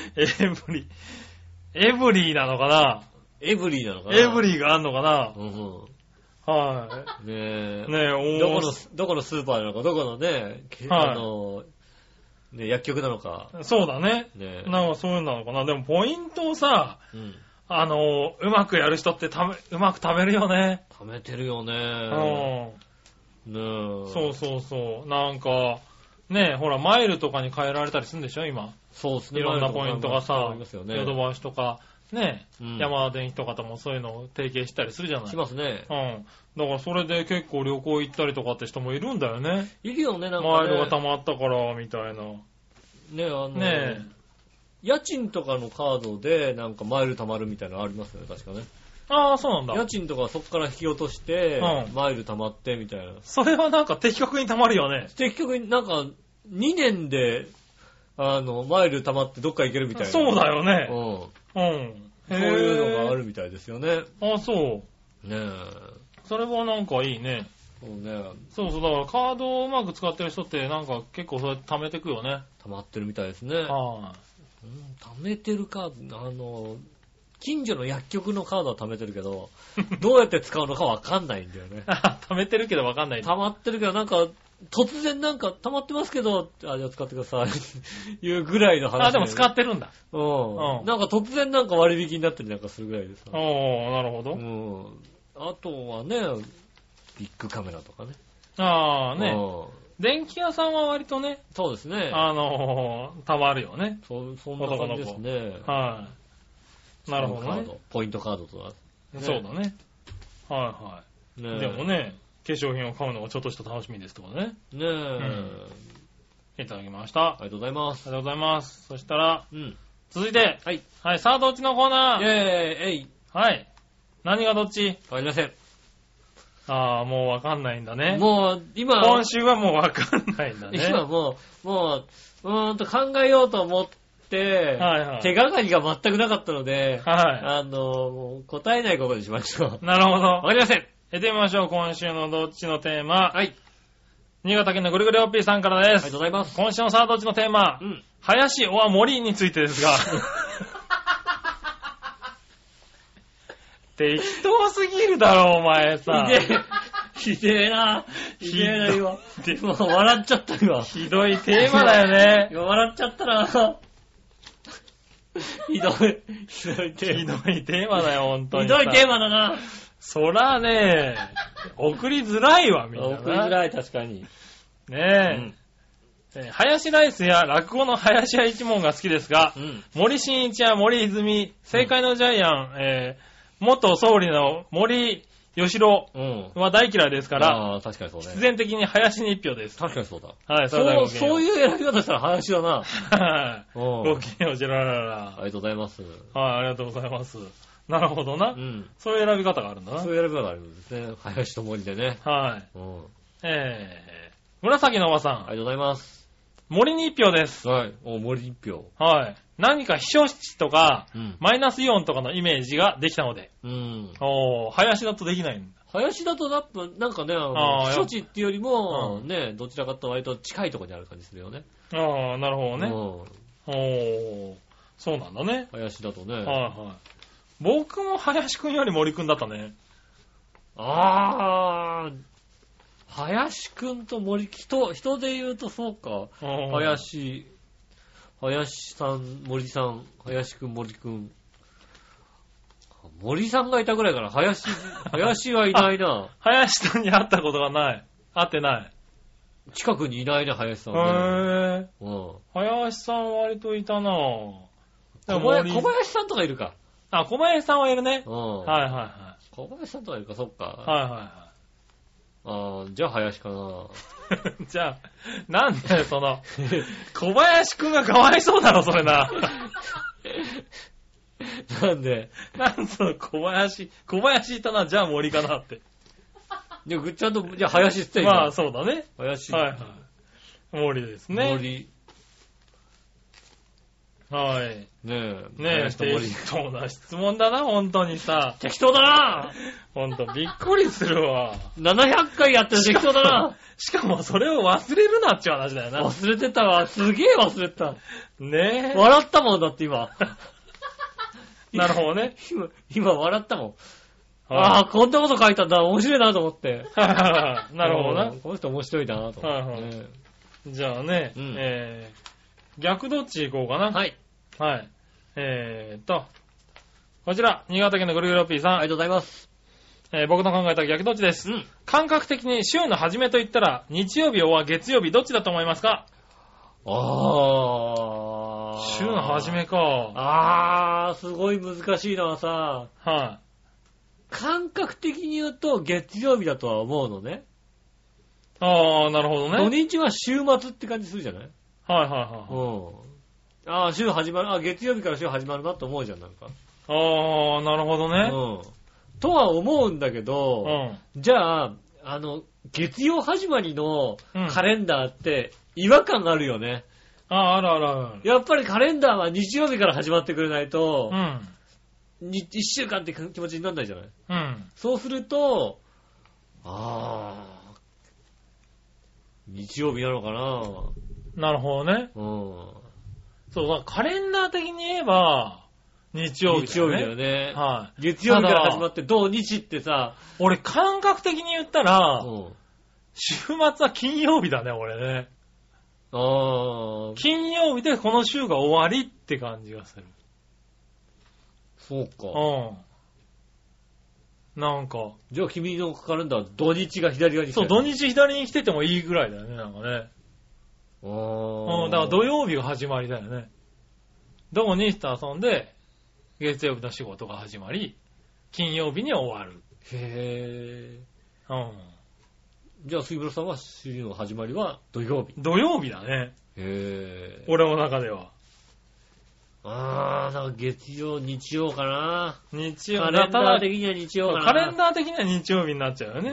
エブリーなのかな？ エブリーなのかな？ エブリーがあんのかな？はい。 ねえ、どこのスーパーなのか、どこのね、薬局なのか。 そうだね。なんかそういうのなのかな。でもポイントをさ、うまくやる人ってうまく貯めるよね。 貯めてるよね。 そうそうそう。なんか、ねえ、ほら、マイルとかに変えられたりするんでしょ、今。 そうですね。 いろんなポイントがさ、ヨドバシとか、ねえ、ヤマダ電機とかともそういうのを提携したりするじゃない。 しますね。 だからそれで結構旅行行ったりとかって人もいるんだよね。 いるよね、なんかね。 マイルが溜まったから、みたいな。 ね家賃とかのカードで、なんかマイル溜まるみたいなのありますよね、確かね。 ああ、そうなんだ。 家賃とかそこから引き落として、マイル溜まってみたいな。 それはなんか的確に溜まるよね。 的確になんか、2年で、マイル溜まってどっか行けるみたいな。 そうだよね。 そういうのがあるみたいですよね。 あ、そう。 ねえ。 それはなんかいいね。 そうね。 そうそう、だからカードをうまく使ってる人ってなんか結構それ貯めてくよね。 溜まってるみたいですね。貯めてるカード、近所の薬局のカードは貯めてるけど、どうやって使うのかわかんないんだよね。 貯めてるけどわかんない。 溜まってるけどなんか、突然なんか溜まってますけど、じゃあ使ってください。いうぐらいの話、ね。 あ、でも使ってるんだ。 なんか突然なんか割引になったりなんかするぐらいでさ。 なるほど。 あとはね、ビッグカメラとかね。 電気屋さんは割とね。 そうですね。 たまるよね。 そんな感じですね。 なるほどね。 ポイントカードとか。 そうだね。でもね、化粧品を買うのがちょっとした楽しみですとかね。いただきました。 ありがとうございます。 ありがとうございます。そしたら、続いて、さあどっちのコーナー？はい。何がどっち？ わかりません。 もうわかんないんだね。 もう、 今週はもうわかんないんだね。 今もう考えようと思って、手がかりが全くなかったので、もう答えないことにしましょう。 なるほど。 わかりません。 やってみましょう。今週のどっちのテーマ。 新潟県のぐるぐるおっぴーさんからです。 ありがとうございます。 今週のさあどっちのテーマ、林は森についてですが。適当すぎるだろ、お前さ。 ひでえな、今。今笑っちゃった今。 ひどいテーマだよね。 今笑っちゃったな。ひどいテーマだよ、ほんとに。 ひどいテーマだな。 そらね、送りづらいわ、みんな。 送りづらい、確かに。 ねえ。ハヤシライスや落語の林家一門が好きですが、森進一や森泉、政界のジャイアン、元総理の森吉郎は大嫌いですから、 確かにそうね。 必然的に林に一票です。 確かにそうだ。 はい、 そういう選び方したら林だな。 はい。ごきげんよう、ジェラララ。 ありがとうございます。 はい、ありがとうございます。なるほどな。そういう選び方があるんだな。 そういう選び方があるんですね。林と森でね。 はい。紫のおばさん。 ありがとうございます。 森に一票です。 はい。森一票。 はい。何か秘書室とか、マイナスイオンとかのイメージができたので。林だとできないんだ。 林だとなんかね、避暑地っていうよりも、ね、どちらかと割と近いところにある感じするよね。 ああ、なるほどね。そうなんだね。 林だとね。 はいはい。僕も林くんより森くんだったね。 林くんと森、人で言うとそうか。林さん、森さん、林くん、森くん。森さんがいたぐらいから林はいないな。 林さんに会ったことがない。会ってない。 近くにいないね、林さんね。林さんは割といたなぁ。 小林さんとかいるか。 小林さんはいるね。はいはいはい。 小林さんとかいるか、そっか。 はいはいはい。 じゃあ林かな。 じゃあ、なんだよ、小林くんがかわいそうだろ、それな。 なんで小林いたな、じゃあ森かなって。 いや、ちゃんと、じゃあ林ってまあ、そうだね。 林。 はいはい。森ですね。 森。 はい。 ねえ、適当な質問だな、本当にさ。 適当だな本当びっくりするわ。 700回やってる適当だな。 しかもそれを忘れるなって話だよな。 忘れてたわ。すげえ忘れてた。 ねえ。 笑ったもんだって今。 なるほどね。 今笑ったもん。こんなこと書いたんだ。面白いなと思って。 なるほどな。 この人面白いなと思って。 じゃあね、逆どっち行こうかな。 はい。 はい。こちら、新潟県のぐるぐるおっぴーさん。 ありがとうございます。 僕の考えた逆どっちです。感覚的に週の初めと言ったら、日曜日は月曜日どっちだと思いますか？週の初めか。 すごい難しいのはさ、 はい。 感覚的に言うと月曜日だとは思うのね。 なるほどね。 土日は週末って感じするじゃない？ はいはいはい。 週始まる、月曜日から週始まるなって思うじゃん、なんか。 なるほどね。 とは思うんだけど、じゃあ、月曜始まりのカレンダーって違和感があるよね。 ある。 やっぱりカレンダーは日曜日から始まってくれないと、一週間って気持ちにならないじゃない？そうすると、日曜日なのかな。 なるほどね。そう、カレンダー的に言えば、日曜日だよね。 日曜日だよね。 はい。 月曜日から始まって土日ってさ、 俺感覚的に言ったら、週末は金曜日だね、俺ね。金曜日でこの週が終わりって感じがする。 そうか。 なんか。 じゃあ君のカレンダーは土日が左側に来てる。 そう、土日左に来ててもいいぐらいだよね、なんかね。だから土曜日が始まりだよね。土日と遊んで、月曜日の仕事が始まり、金曜日に終わる。 へぇじゃあ杉村さんは週の始まりは土曜日。 土曜日だね。 へぇ俺の中では。 だから月曜、日曜かな。 日曜。 カレンダー的には日曜かな。 カレンダー的には日曜日になっちゃうよね。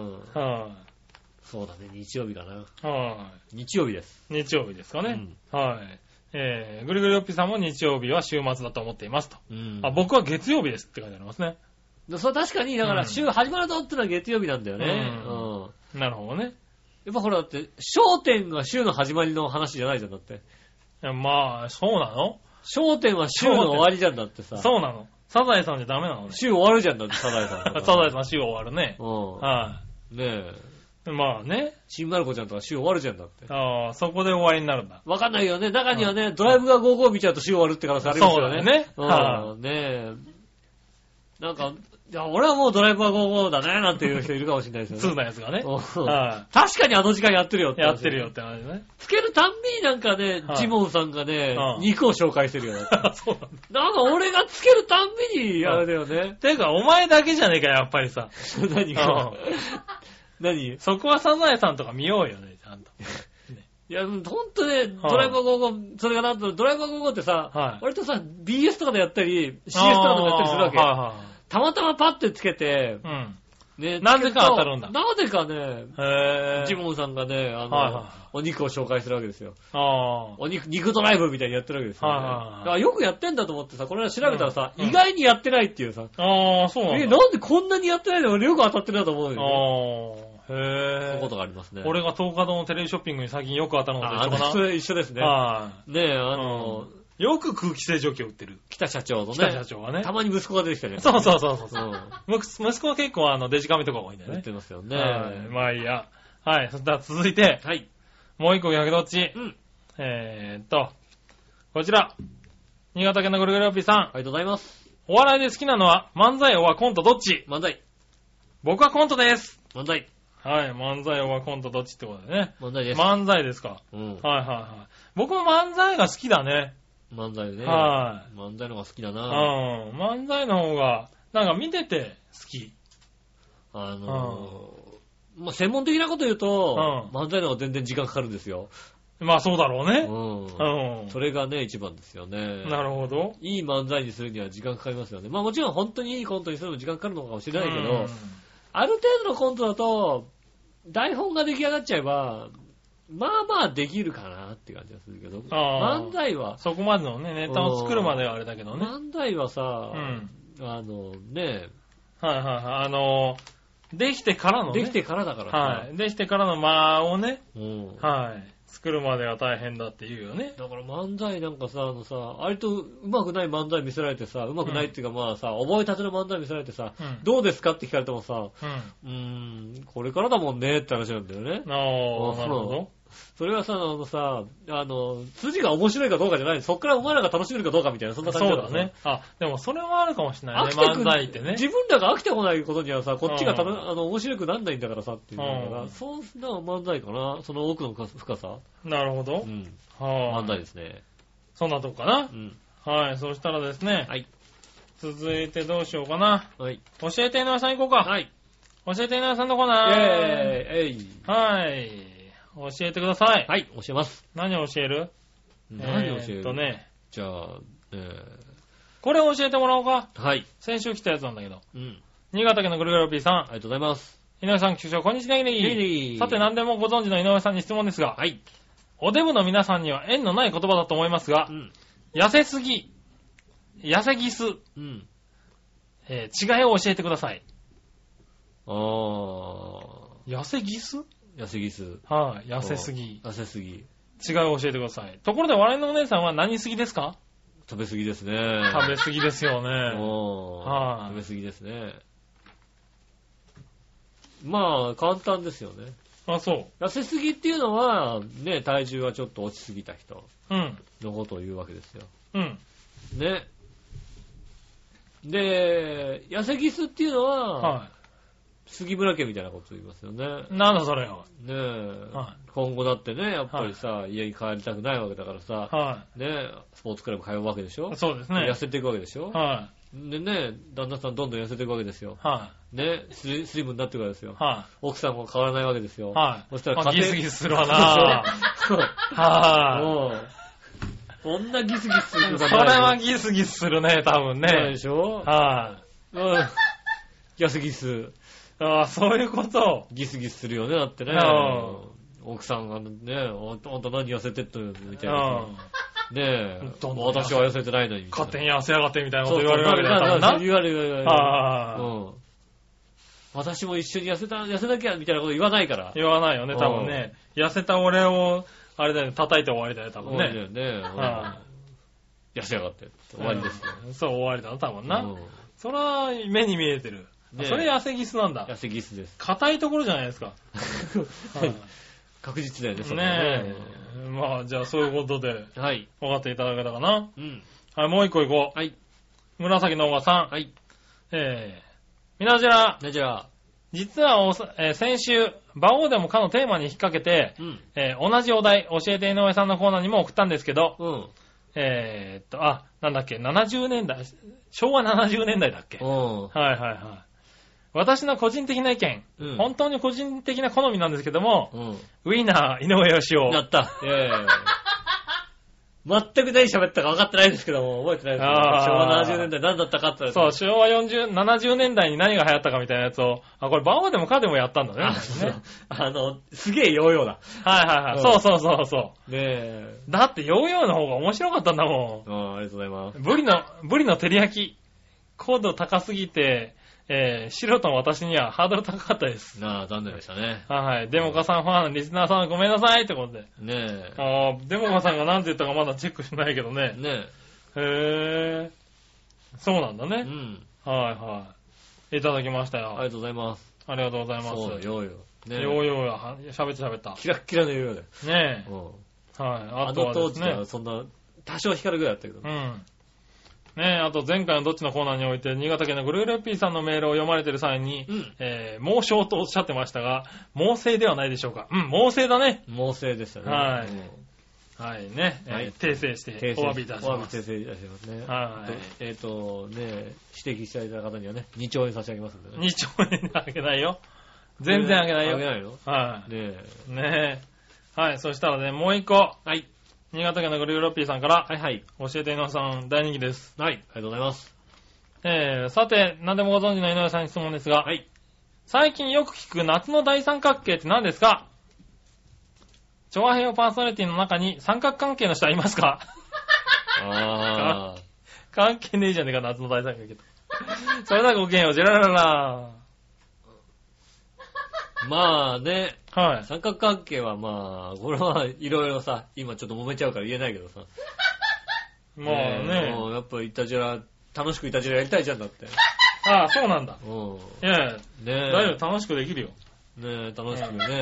そうだね、日曜日かな。 日曜日です。 日曜日ですかね。はい。ぐるぐるよっぴさんも日曜日は週末だと思っていますと。僕は月曜日ですって書いてありますね。 そう、確かに、だから週始まるぞってのは月曜日なんだよね。 なるほどね。 やっぱほらだって、笑点が週の始まりの話じゃないじゃん、だって。いや、まあ、そうなの？ 笑点は週の終わりじゃんだってさ。 そうなの。サザエさんじゃダメなのね。 週終わるじゃんだって、サザエさん。 サザエさん週終わるね。 うん。 はい。 ねえ。まあね。 ちんまる子ちゃんとか週終わるじゃんだって。 ああ、そこで終わりになるんだ。 わかんないよね。中にはね、ドライブが55見ちゃうと週終わるって可能性ありますよね。 そうだね。 はい。ねえ。なんか、いや、俺はもうドライブは55だね、なんていう人いるかもしれないですよね。 通なやつがね。 確かにあの時間やってるよって。 やってるよって話ね。 つけるたんびになんかね、ジモンさんがね、肉を紹介してるよ。 そうなんか俺がつけるたんびに、あれだよね。 てか、お前だけじゃねえか、やっぱりさ。 何か。何？ そこはサザエさんとか見ようよね、ちゃんと。 いや、ほんとね、ドライバー55、それがなんと、ドライバー55ってさ、割とさ、BS とかでやったり、CS とかでもやったりするわけ。たまたまパッてつけて、 ね、なぜか当たるんだ。 なぜかね、ジモンさんがね、お肉を紹介するわけですよ。肉ドライブみたいにやってるわけですよ、ね。だからよくやってんだと思ってさ、これは調べたらさ、意外にやってないっていうさ。 そうなんだ。 なんでこんなにやってないの俺よく当たってるなと思うよね。そういうことがありますね。 俺が東華堂のテレビショッピングに最近よく当たるのと一緒かな。 それ一緒ですね。ねえ、 よく空気清浄機を売ってる。 北社長のね。 北社長がね。 たまに息子が出てきたね。 そう。息子は結構デジカメとか多いんだよね。 売ってますよね。 まあいいや。はい。そしたら続いて。 はい。 もう一個逆どっち？こちら。新潟県のぐるぐるおっぴーさん。 ありがとうございます。 お笑いで好きなのは漫才はコントどっち？ 漫才。 僕はコントです。 漫才。 はい。漫才はコントどっちってことでね。 漫才です。 漫才ですか。はい。僕も漫才が好きだね。 漫才ね。 はい。 漫才の方が好きだな。 漫才の方が、なんか見てて好き。 まあ、専門的なこと言うと、漫才の方が全然時間かかるんですよ。 まあそうだろうね。 それがね、一番ですよね。 なるほど。 いい漫才にするには時間かかりますよね。まあもちろん本当にいいコントにするのも時間かかるのかもしれないけど、ある程度のコントだと、台本が出来上がっちゃえば、まあまあできるかなって感じがするけど、漫才はそこまでのね、ネタを作るまではあれだけどね。 漫才はさ、ね、 できてからのね。 できてからだからさ。 はい。できてからの間をね、はい。作るまでは大変だって言うよね。 だから漫才なんかさ、割と上手くない漫才見せられてさ、上手くないっていうかまあさ、覚えたての漫才見せられてさ、どうですかって聞かれてもさ、これからだもんねって話なんだよね。 なるほど。 それはさ、筋が面白いかどうかじゃない。そっからお前らが楽しめるかどうかみたいな、そんな感じだそうだね。でもそれはあるかもしれないね、漫才ってね。 自分らが飽きてこないことにはさ、こっちが面白くなんないんだからさっていうのだから、そうするのは漫才かな。その奥の深さ。 なるほど。 漫才ですね。 そんなとこかな。はい、そしたらですね。はい。続いてどうしようかな。はい。教えて井上さん行こうか。はい。教えて井上さんのコーナー。はい。教えてください。 はい、教えます。 何を教える？ 何を教える？じゃあ、 これを教えてもらおうか。 はい。 先週来たやつなんだけど。新潟県のぐるぐる P さん。ありがとうございます。 井上さん、局長、こんにちは。さて、何でもご存知の井上さんに質問ですが。はい。おデブの皆さんには縁のない言葉だと思いますが、痩せすぎ、痩せギス、違いを教えてください。痩せギス？ 痩せギス。 はい、痩せすぎ。 痩せすぎ。 違いを教えてください。ところで、笑いのお姉さんは何すぎですか？ 食べすぎですね。 食べすぎですよね。 食べすぎですね。まあ、簡単ですよね。 そう。 痩せすぎっていうのは、ね、体重がちょっと落ちすぎた人のことを言うわけですよ。ね。で、痩せギスっていうのは、杉村家みたいなこと言いますよね。 なんだそれよ。 ねえ、今後だってね、やっぱりさ、家に帰りたくないわけだからさ、ね、スポーツクラブ通うわけでしょ。 そうですね。 痩せていくわけでしょ。でね、旦那さんどんどん痩せていくわけですよ。ね、スリムになっていくわけですよ。奥さんも変わらないわけですよ。 そしたらギスギスするわなそんなギスギスするそれはギスギスするね、多分ね。 そうでしょ。痩せギス。 そういうこと。 ギスギスするよね、だってね。奥さんがね、あんた何痩せてっとるみたいな。ねえ、私は痩せてないのに。 勝手に痩せやがってみたいなこと言われるわけだよな。 言われる。 私も一緒に痩せなきゃみたいなこと言わないから。 言わないよね、多分ね。痩せた俺を、あれだよね、叩いて終わりだよ、多分ね。 終わりだよね。痩せやがって。終わりですよ。 そう、終わりだな、多分な。それは目に見えてる。それ痩せギスなんだ。 痩せギスです。 硬いところじゃないですか。 確実だよね、 それね。まあ、じゃあそういうことで、はい。分かっていただけたかな。うん。はい、もう一個行こう。はい。紫のおばさん。はい。みなじら。実は先週、馬王でもかのテーマに引っ掛けて、同じお題、教えて井上さんのコーナーにも送ったんですけど、なんだっけ、70年代、昭和70年代だっけ。はいはいはい。私の個人的な意見、本当に個人的な好みなんですけども、ウィーナー、井上義雄。 やった。全く何喋ったか分かってないですけども、覚えてないですけど、昭和70年代何だったかって。 そう、昭和70年代に何が流行ったかみたいなやつを、これバオでもカでもやったんだね。 すげえヨーヨーだ。 はいはいはい。そう。ねえ。だってヨーヨーの方が面白かったんだもん。ありがとうございます。 ブリの照り焼き。高度高すぎて、素人の私にはハードル高かったです。 残念でしたね。 はい。デモカさんファン、リスナーさんごめんなさいってことで。ねえ。デモカさんが何て言ったかまだチェックしてないけどね。ねえ。へー。そうなんだね。うん。はいはい。いただきましたよ。 ありがとうございます。 ありがとうございます。 そう、ヨーヨー。ヨーヨーや、喋った。 キラッキラのヨーヨーだよ。 ねえ。はい。あとはですね。 当時はそんな、多少光るぐらいだったけど。 うん。ねえ、あと前回のどっちのコーナーにおいて、新潟県のグルーレッピーさんのメールを読まれている際に、猛将とおっしゃってましたが、猛省ではないでしょうか。猛省だね。 猛省でしたね。 はい。はいね。訂正してお詫びいたします。 訂正いたしますね。はい。指摘していただいた方にはね、2兆円差し上げますんでね。 2兆円あげないよ。全然あげないよ。 あげないの？ はい。ねえ。はい、そしたらね、もう一個。はい。新潟県のグルーロッピーさんから、はいはい。教えて井上さん、大人気です。 はい、ありがとうございます。 さて、何でもご存知の井上さんに質問ですが、はい。最近よく聞く夏の大三角形って何ですか？調和平和パーソナリティの中に三角関係の人はいますか？関係ねえじゃねえか、夏の大三角形と。それではごきげんよう、ジェラララ。 まあね、 はい。 三角関係はまあ、これはいろいろさ、今ちょっと揉めちゃうから言えないけどさ。 まあね。 もうやっぱ楽しくイタジラやりたいじゃんだって。 ああ、そうなんだ。 うん。 いやいや、大丈夫、楽しくできるよ。 ねえ、楽しくね。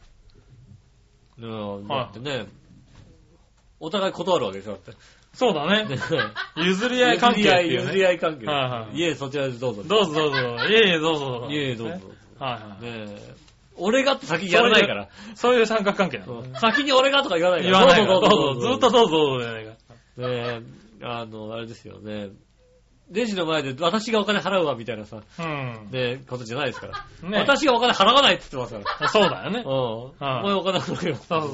だってね、お互い断るわけでしょ、だって。 そうだね。譲り合い関係っていうね。 譲り合い関係。 はいはい。 いえ、そちらでどうぞ。 どうぞ。いえ、どうぞ。 いえ、どうぞ。 はいはい。 ねえ。俺がって先にやらないから。 そういう三角関係なの。 先に俺がとか言わないから。 言わないから。どうぞ。ずっとどうぞじゃないか。 ねえ、あれですよね。レジの前で私がお金払うわみたいなさ。うん。で、ことじゃないですから。ね。私がお金払わないって言ってますから。 そうだよね。 うん。お前お金払うよ。 そう。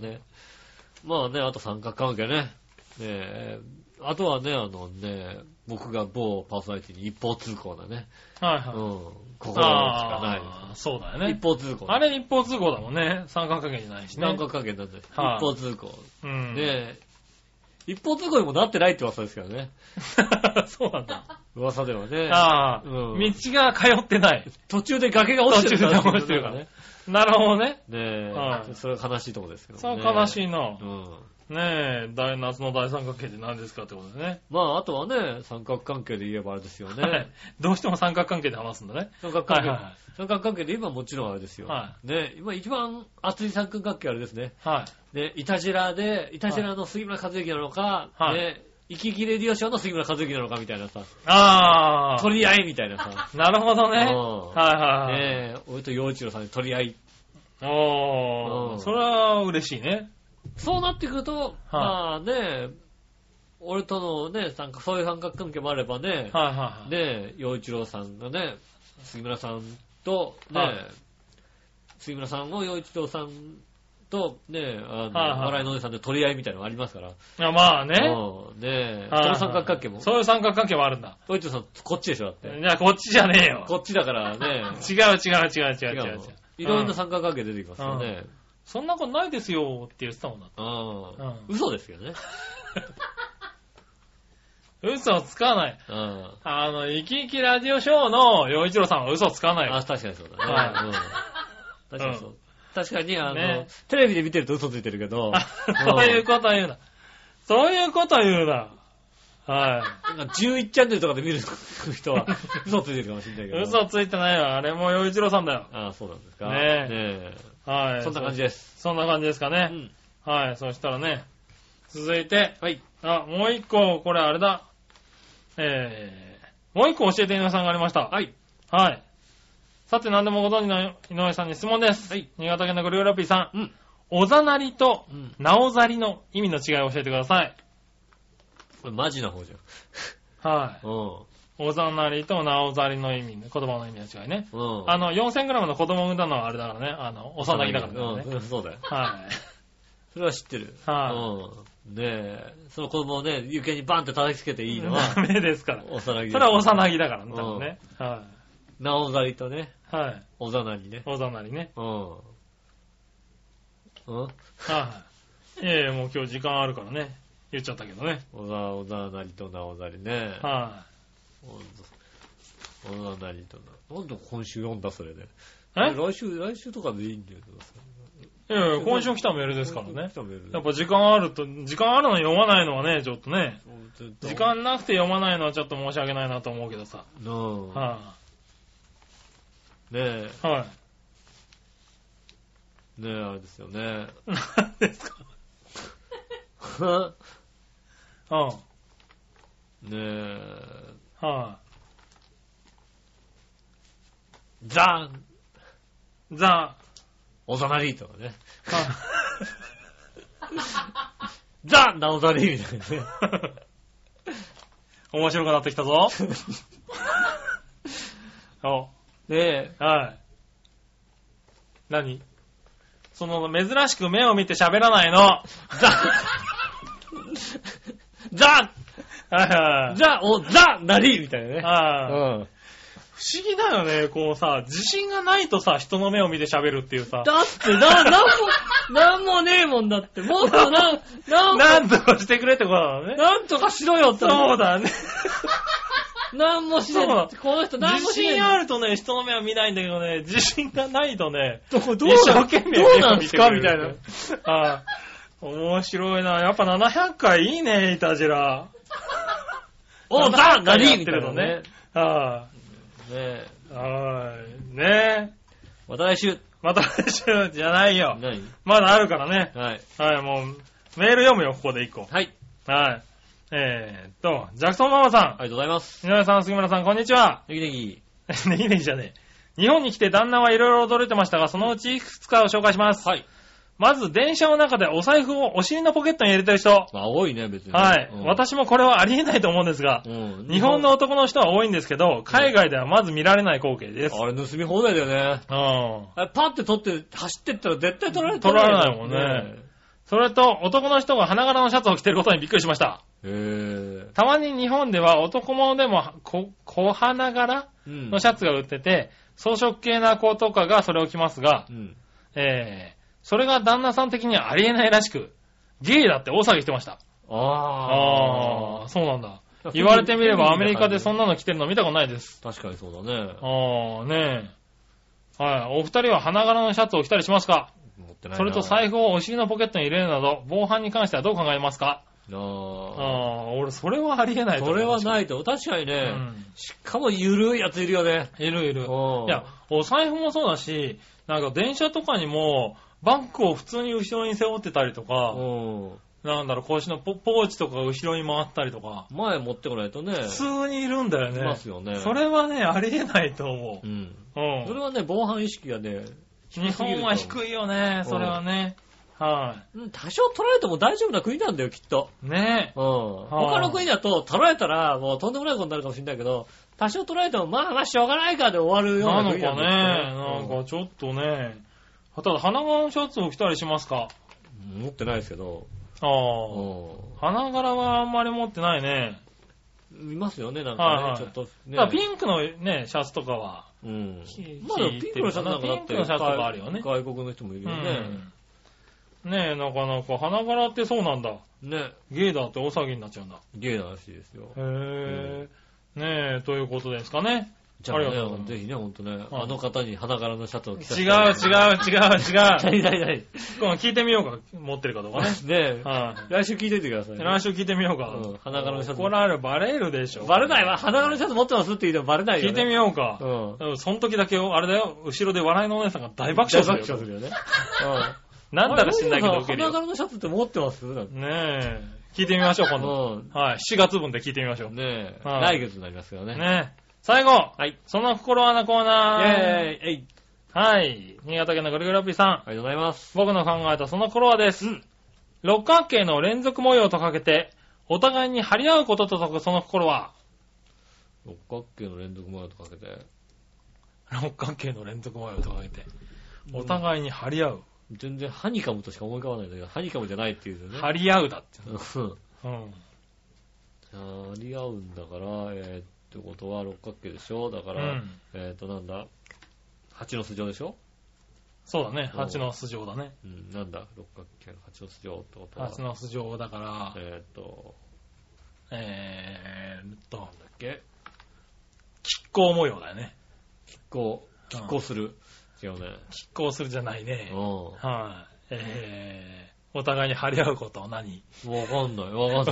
ね。まあね、あと三角関係ね。ねえ。あとはね、僕が某パーソナリティに一方通行だね。 はいはい。 うん。心しかない。 そうだよね。 一方通行。 あれ一方通行だもんね。三角関係じゃないしね。 三角関係なんだよ。一方通行。 うん。 で、一方通行にもなってないって噂ですからね。 そうなんだ。 噂ではね。 ああ。道が通ってない。 途中で崖が落ちてるからね。なるほどね。 ねえ。それは悲しいところですけどね。 それは悲しいな。 うん。 ねえ、夏の大三角形って何ですかってことでね。 まあ、あとはね、三角関係で言えばあれですよね。はい。 どうしても三角関係で話すんだね。 三角関係。三角関係で言えばもちろんあれですよ。はい。ね、今一番熱い三角関係あれですね。はい。で、イタジラの杉村和之なのか、はい。ね、生き生きレディオショーの杉村和之なのかみたいなさ。 ああ。 取り合いみたいなさ。 なるほどね。はいはい。 ねえ、俺と陽一郎さんに取り合い。 おー。それは嬉しいね。 そうなってくると、まあね、俺とのね、そういう三角関係もあればね、ね、陽一郎さんがね、杉村さんとね、杉村さんも陽一郎さんとね、笑いのお姉さんで取り合いみたいなのがありますから。いや、まあね。 ね、その三角関係も。 そういう三角関係もあるんだ。 陽一郎さん、こっちでしょ、だって。 いや、こっちじゃねえよ。 こっちだからね。 違う。 いろんな三角関係出てきますよね。 そんなことないですよって言ってたもんだ。 嘘ですよね。 嘘をつかない。 うん。 生き生きラジオショーの洋一郎さんは嘘をつかない。 あ、確かにそうだね。はい。うん。確かにそう。確かに、ね、テレビで見てると嘘ついてるけど。 そういうこと言うな。そういうこと言うな。はい。 11チャンネルとかで見る人は嘘ついてるかもしれないけど。 嘘ついてないわ。あれも洋一郎さんだよ。 ああ、そうなんですか。 ねえ。はい。 そんな感じです。 そんな感じですかね。うん、はい。そしたらね、続いて、 はい。 もう一個、これあれだ。もう一個教えて井上さんがありました。 はい。 はい。さて何でもご存知の井上さんに質問です。 はい。 新潟県のグルーラッピーさん。 うん。 おざなりと、なおざりの意味の違いを教えてください。 これマジな方じゃん。はい。おざなりとなおざりの意味、言葉の意味の違いね。4000g の子供を産んだのはあれだからね。おさなぎだからね。 そうだよ。 はい。 それは知ってる。 はい。 ねえ、その子供をね、床にバンって叩きつけていいのは。 ダメですから。 おさなぎ。 それはおさなぎだからね、多分ね。はい。 なおざりとね。 はい。 おざなりね。 おざなりね。 はい。 いやいや、もう今日時間あるからね。言っちゃったけどね。 おざなりとなおざりね。 はい。 おざなりとな。なんで今週読んだそれで。 来週とかでいいんだけどさ。 いやいや、今週来たメールですからね。やっぱ時間あるの読まないのはね、ちょっとね。時間なくて読まないのはちょっと申し訳ないなと思うけどさ。 はい。ねえ。 はい。 ねえ、あれですよね。 何ですかねえ。 はい。ザおざなりとかね。ザなおざりみたいなね。 面白くなってきたぞ。 ねえ。 はい。何その珍しく目を見て喋らないの。 ザなりみたいなね。 不思議だよね。こうさ、自信がないとさ、人の目を見て喋るっていうさ。 だってなんもねえもんだって。もっとなんとかしてくれってことだね。 なんとかしろよって。 そうだね。 なんもしない。この人なんもしない。 自信あるとね、人の目は見ないんだけどね、自信がないとね、 一生懸命どうなんですかみたいな。 面白いな。やっぱ700回いいね、いたじら。 ザなりみたいなね。 ねえ。 また来週じゃないよ。 何？ まだあるからね。 はい。 はい、もう、メール読むよ、ここで1個。 はい。 はい。ジャクソンママさん。 ありがとうございます。 井上さん、杉村さん、こんにちは。 ネギネギ。 ネギネギじゃねえ。日本に来て旦那はいろいろ驚いてましたが、そのうちいくつかを紹介します。 はい。 まず、電車の中でお財布をお尻のポケットに入れてる人。 多いね、別に。 はい。私もこれはありえないと思うんですが、日本の男の人は多いんですけど、海外ではまず見られない光景です。 あれ、盗み放題だよね。あれ、パッて取って走ってったら絶対取られないもんね。それと、男の人が花柄のシャツを着てることにびっくりしました。たまに日本では男物でも小花柄のシャツが売ってて、装飾系な子とかがそれを着ますが、それが旦那さん的にはありえないらしく、ゲイだって大騒ぎしてました。そうなんだ。言われてみればアメリカでそんなの着てるの見たことないです。 確かにそうだね。 ねえ。はい。お二人は花柄のシャツを着たりしますか？ 持ってないな。 それと財布をお尻のポケットに入れるなど、防犯に関してはどう考えますか？俺、それはありえないと思う。 それはないと。確かにね、しかもゆるいやついるよね。 いる。いや、お財布もそうだし、なんか電車とかにも、バッグを普通に後ろに背負ってたりとか、なんだろう、腰のポーチとか後ろに回ったりとか。 前持ってこないとね。 普通にいるんだよね。 いますよね。 それはね、ありえないと思う。 それはね、防犯意識がね、 日本は低いよね、それはね。はい。 多少取られても大丈夫な国なんだよ、きっと。 ねえ。 他の国だと取られたらもうとんでもないことになるかもしれないけど、多少取られてもまあしょうがないかで終わるような国なんだよね。 なんかちょっとね。ただ花柄のシャツを着たりしますか？ 持ってないですけど。 花柄はあんまり持ってないね。 いますよね、なんかね、ちょっとね。 ピンクのね、シャツとかは。 まだピンクのシャツなんかだってピンクのシャツとかあるよね。 外国の人もいるよね。 ねえ、なかなか花柄ってそうなんだ。 ね。 ゲイだって大騒ぎになっちゃうんだ。 ゲイらしいですよ。 へえ。ねえ、ということですかね。 じゃあね、ぜひね、ほんとね、あの方に花柄のシャツを着させて。 違う。 何聞いてみようか、持ってるかどうかね。 ねえ。来週聞いててください。 来週聞いてみようか。 花柄のシャツ。 怒られる、バレるでしょ。 バレないわ。花柄のシャツ持ってますって言ってもバレないよ。 聞いてみようか。その時だけ、あれだよ、後ろで笑いのお姉さんが大爆笑するよ。 大爆笑するよね。 なんだか知んないけど受けるよ。 花柄のシャツって持ってますねえ。聞いてみましょう、今度。はい。7月分で聞いてみましょう。 ねえ。来月になりますけどね。 ねえ。最後。はい。その心はなコーナー。 イェーイ。 はい。新潟県のぐるぐるラッピーさん。 ありがとうございます。 僕の考えたその心はです。六角形の連続模様とかけて、お互いに張り合うことと解くその心は。 六角形の連続模様とかけて。 六角形の連続模様とかけて、お互いに張り合う。 全然ハニカムとしか思い浮かばないんだけど、ハニカムじゃないっていうね。 張り合うだって。 張り合うんだから、ってことは六角形でしょ。だから、なんだ、蜂の巣状でしょ。 そうだね、蜂の巣状だね。 なんだ、六角形の蜂の巣状ってことは。 蜂の巣状だから、 なんだっけ。 拮抗模様だよね。 拮抗する。違うね。 拮抗するじゃないね。はい。お互いに張り合うことは何？ わかんない。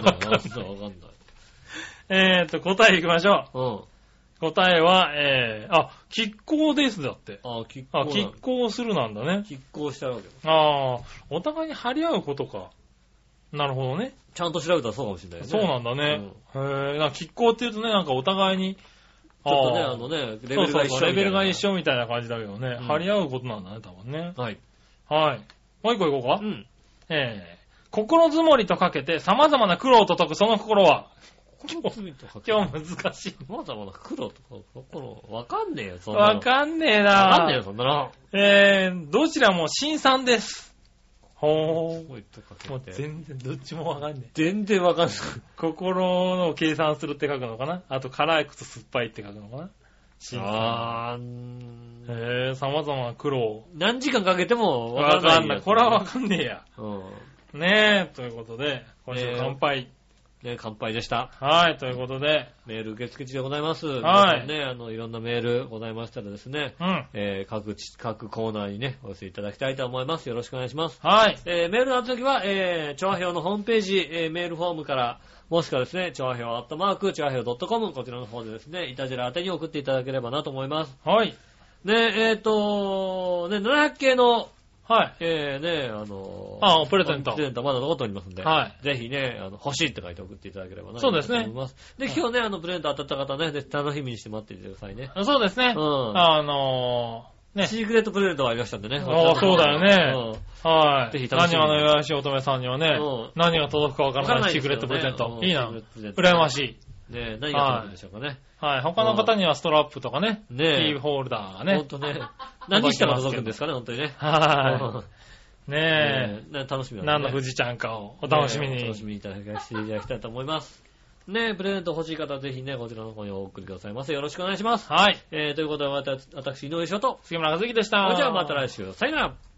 答え行きましょう。答えは、拮抗ですだって。拮抗するなんだね。 拮抗したわけだ。お互いに張り合うことか。なるほどね。 ちゃんと調べたらそうかもしれないね。 そうなんだね。拮抗って言うとね、なんかお互いに、ちょっとね、レベルが一緒。 レベルが一緒みたいな感じだけどね。張り合うことなんだね、多分ね。 はい。 はい。もう一個行こうか。心づもりとかけて様々な苦労と解くその心は。今日難しい。 様々な苦労とか、心、わかんねえよ、そんなの。わかんねえな。 わかんねえよ、そんなの。 どちらも辛酸です。ほー。 もう全然どっちもわかんねえ。 全然わかんない。 心の計算するって書くのかな。あと辛いくと酸っぱいって書くのかな。様々な苦労。 何時間かけてもわかんない。 これはわかんねえや。ねえ、ということで、今週乾杯。 乾杯でした。 はい、ということで。 メール受付中でございます。 はい。 ね、いろんなメールございましたらですね、各コーナーにね、お寄せいただきたいと思います。よろしくお願いします。 はい。 メールの後は、調和表のホームページ、メールフォームから、もしくはですね、調和表調和表 .com こちらの方でですね、いたじら宛てに送っていただければなと思います。 はい。 ね、700系の、 はい。 プレゼント。まだ残っておりますんで。 はい。 ぜひね、欲しいって書いて送っていただければな。 そうですね。 で、今日ね、プレゼント当たった方ね、ぜひ楽しみにして待っていてくださいね。 そうですね。 ね。シークレットプレゼントがありましたんでね。 そうだよね。はい。 ぜひ楽しみに。 何話のよし乙女さんにはね、何が届くかわからないシークレットプレゼント。いいな。羨ましい。 ね、何が届くんでしょうかね。 はい。他の方にはストラップとかね。キーホルダーがね。 ほんとね。何したら届くんですかね、ほんとにね。 はい。ねえ。楽しみ何の富士ちゃんかをお楽しみに。 楽しみにいただきたいと思います。ねえ、プレゼント欲しい方はぜひね、こちらの方にお送りくださいませ。よろしくお願いします。 はい。 ということで、私、井上翔と、 杉村和之でした。 それではまた来週。さよなら。